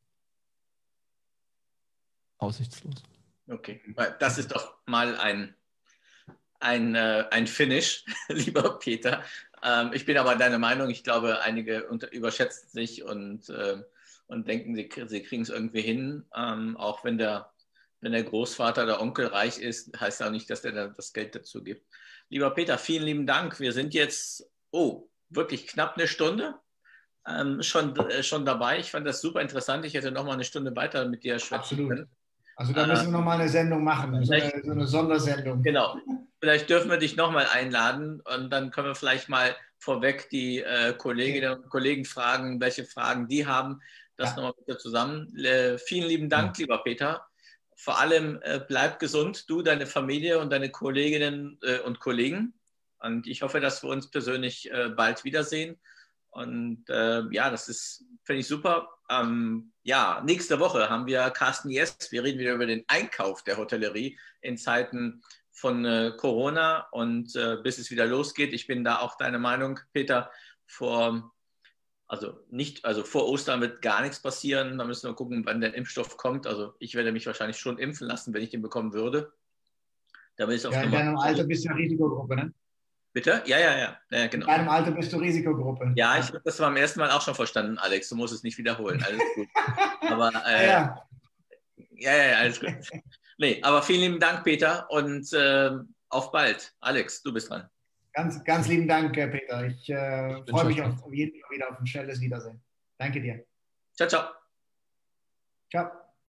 aussichtslos. Okay, das ist doch mal ein, ein, äh, ein Finish, lieber Peter. Ähm, ich bin aber deiner Meinung, ich glaube, einige unter, überschätzen sich und, äh, und denken, sie, sie kriegen es irgendwie hin. Ähm, auch wenn der, wenn der Großvater oder Onkel reich ist, heißt auch nicht, dass der das Geld dazu gibt. Lieber Peter, vielen lieben Dank. Wir sind jetzt, oh, wirklich knapp eine Stunde. Ähm, schon, äh, schon dabei. Ich fand das super interessant. Ich hätte noch mal eine Stunde weiter mit dir schwätzen können. Absolut. Also da müssen wir noch mal eine Sendung machen, so eine, so eine Sondersendung. Genau. Vielleicht dürfen wir dich noch mal einladen und dann können wir vielleicht mal vorweg die äh, Kolleginnen und Kollegen fragen, welche Fragen die haben. Das ja. noch mal bitte zusammen. Äh, vielen lieben Dank, ja. lieber Peter. Vor allem äh, bleib gesund, du, deine Familie und deine Kolleginnen äh, und Kollegen. Und ich hoffe, dass wir uns persönlich äh, bald wiedersehen. Und äh, ja, das ist, finde ich super. Ähm, ja, nächste Woche haben wir Carsten Jess. Wir reden wieder über den Einkauf der Hotellerie in Zeiten von äh, Corona und äh, bis es wieder losgeht. Ich bin da auch deiner Meinung, Peter, vor, also nicht, also vor Ostern wird gar nichts passieren. Da müssen wir gucken, wann der Impfstoff kommt. Also ich werde mich wahrscheinlich schon impfen lassen, wenn ich den bekommen würde. Da bin ich auf ja, in deinem Alter bist du eine Risikogruppe, ne? Bitte? Ja, ja, ja, ja, genau. In deinem Alter bist du Risikogruppe. Ja, ich habe das beim ersten Mal auch schon verstanden, Alex. Du musst es nicht wiederholen. Alles gut. Aber, äh, ja. ja, ja, alles gut. Nee, aber vielen lieben Dank, Peter, und äh, auf bald. Alex, du bist dran. Ganz, ganz lieben Dank, Peter. Ich, äh, ich freue mich auf jeden Fall wieder auf ein schnelles Wiedersehen. Danke dir. Ciao, ciao. Ciao.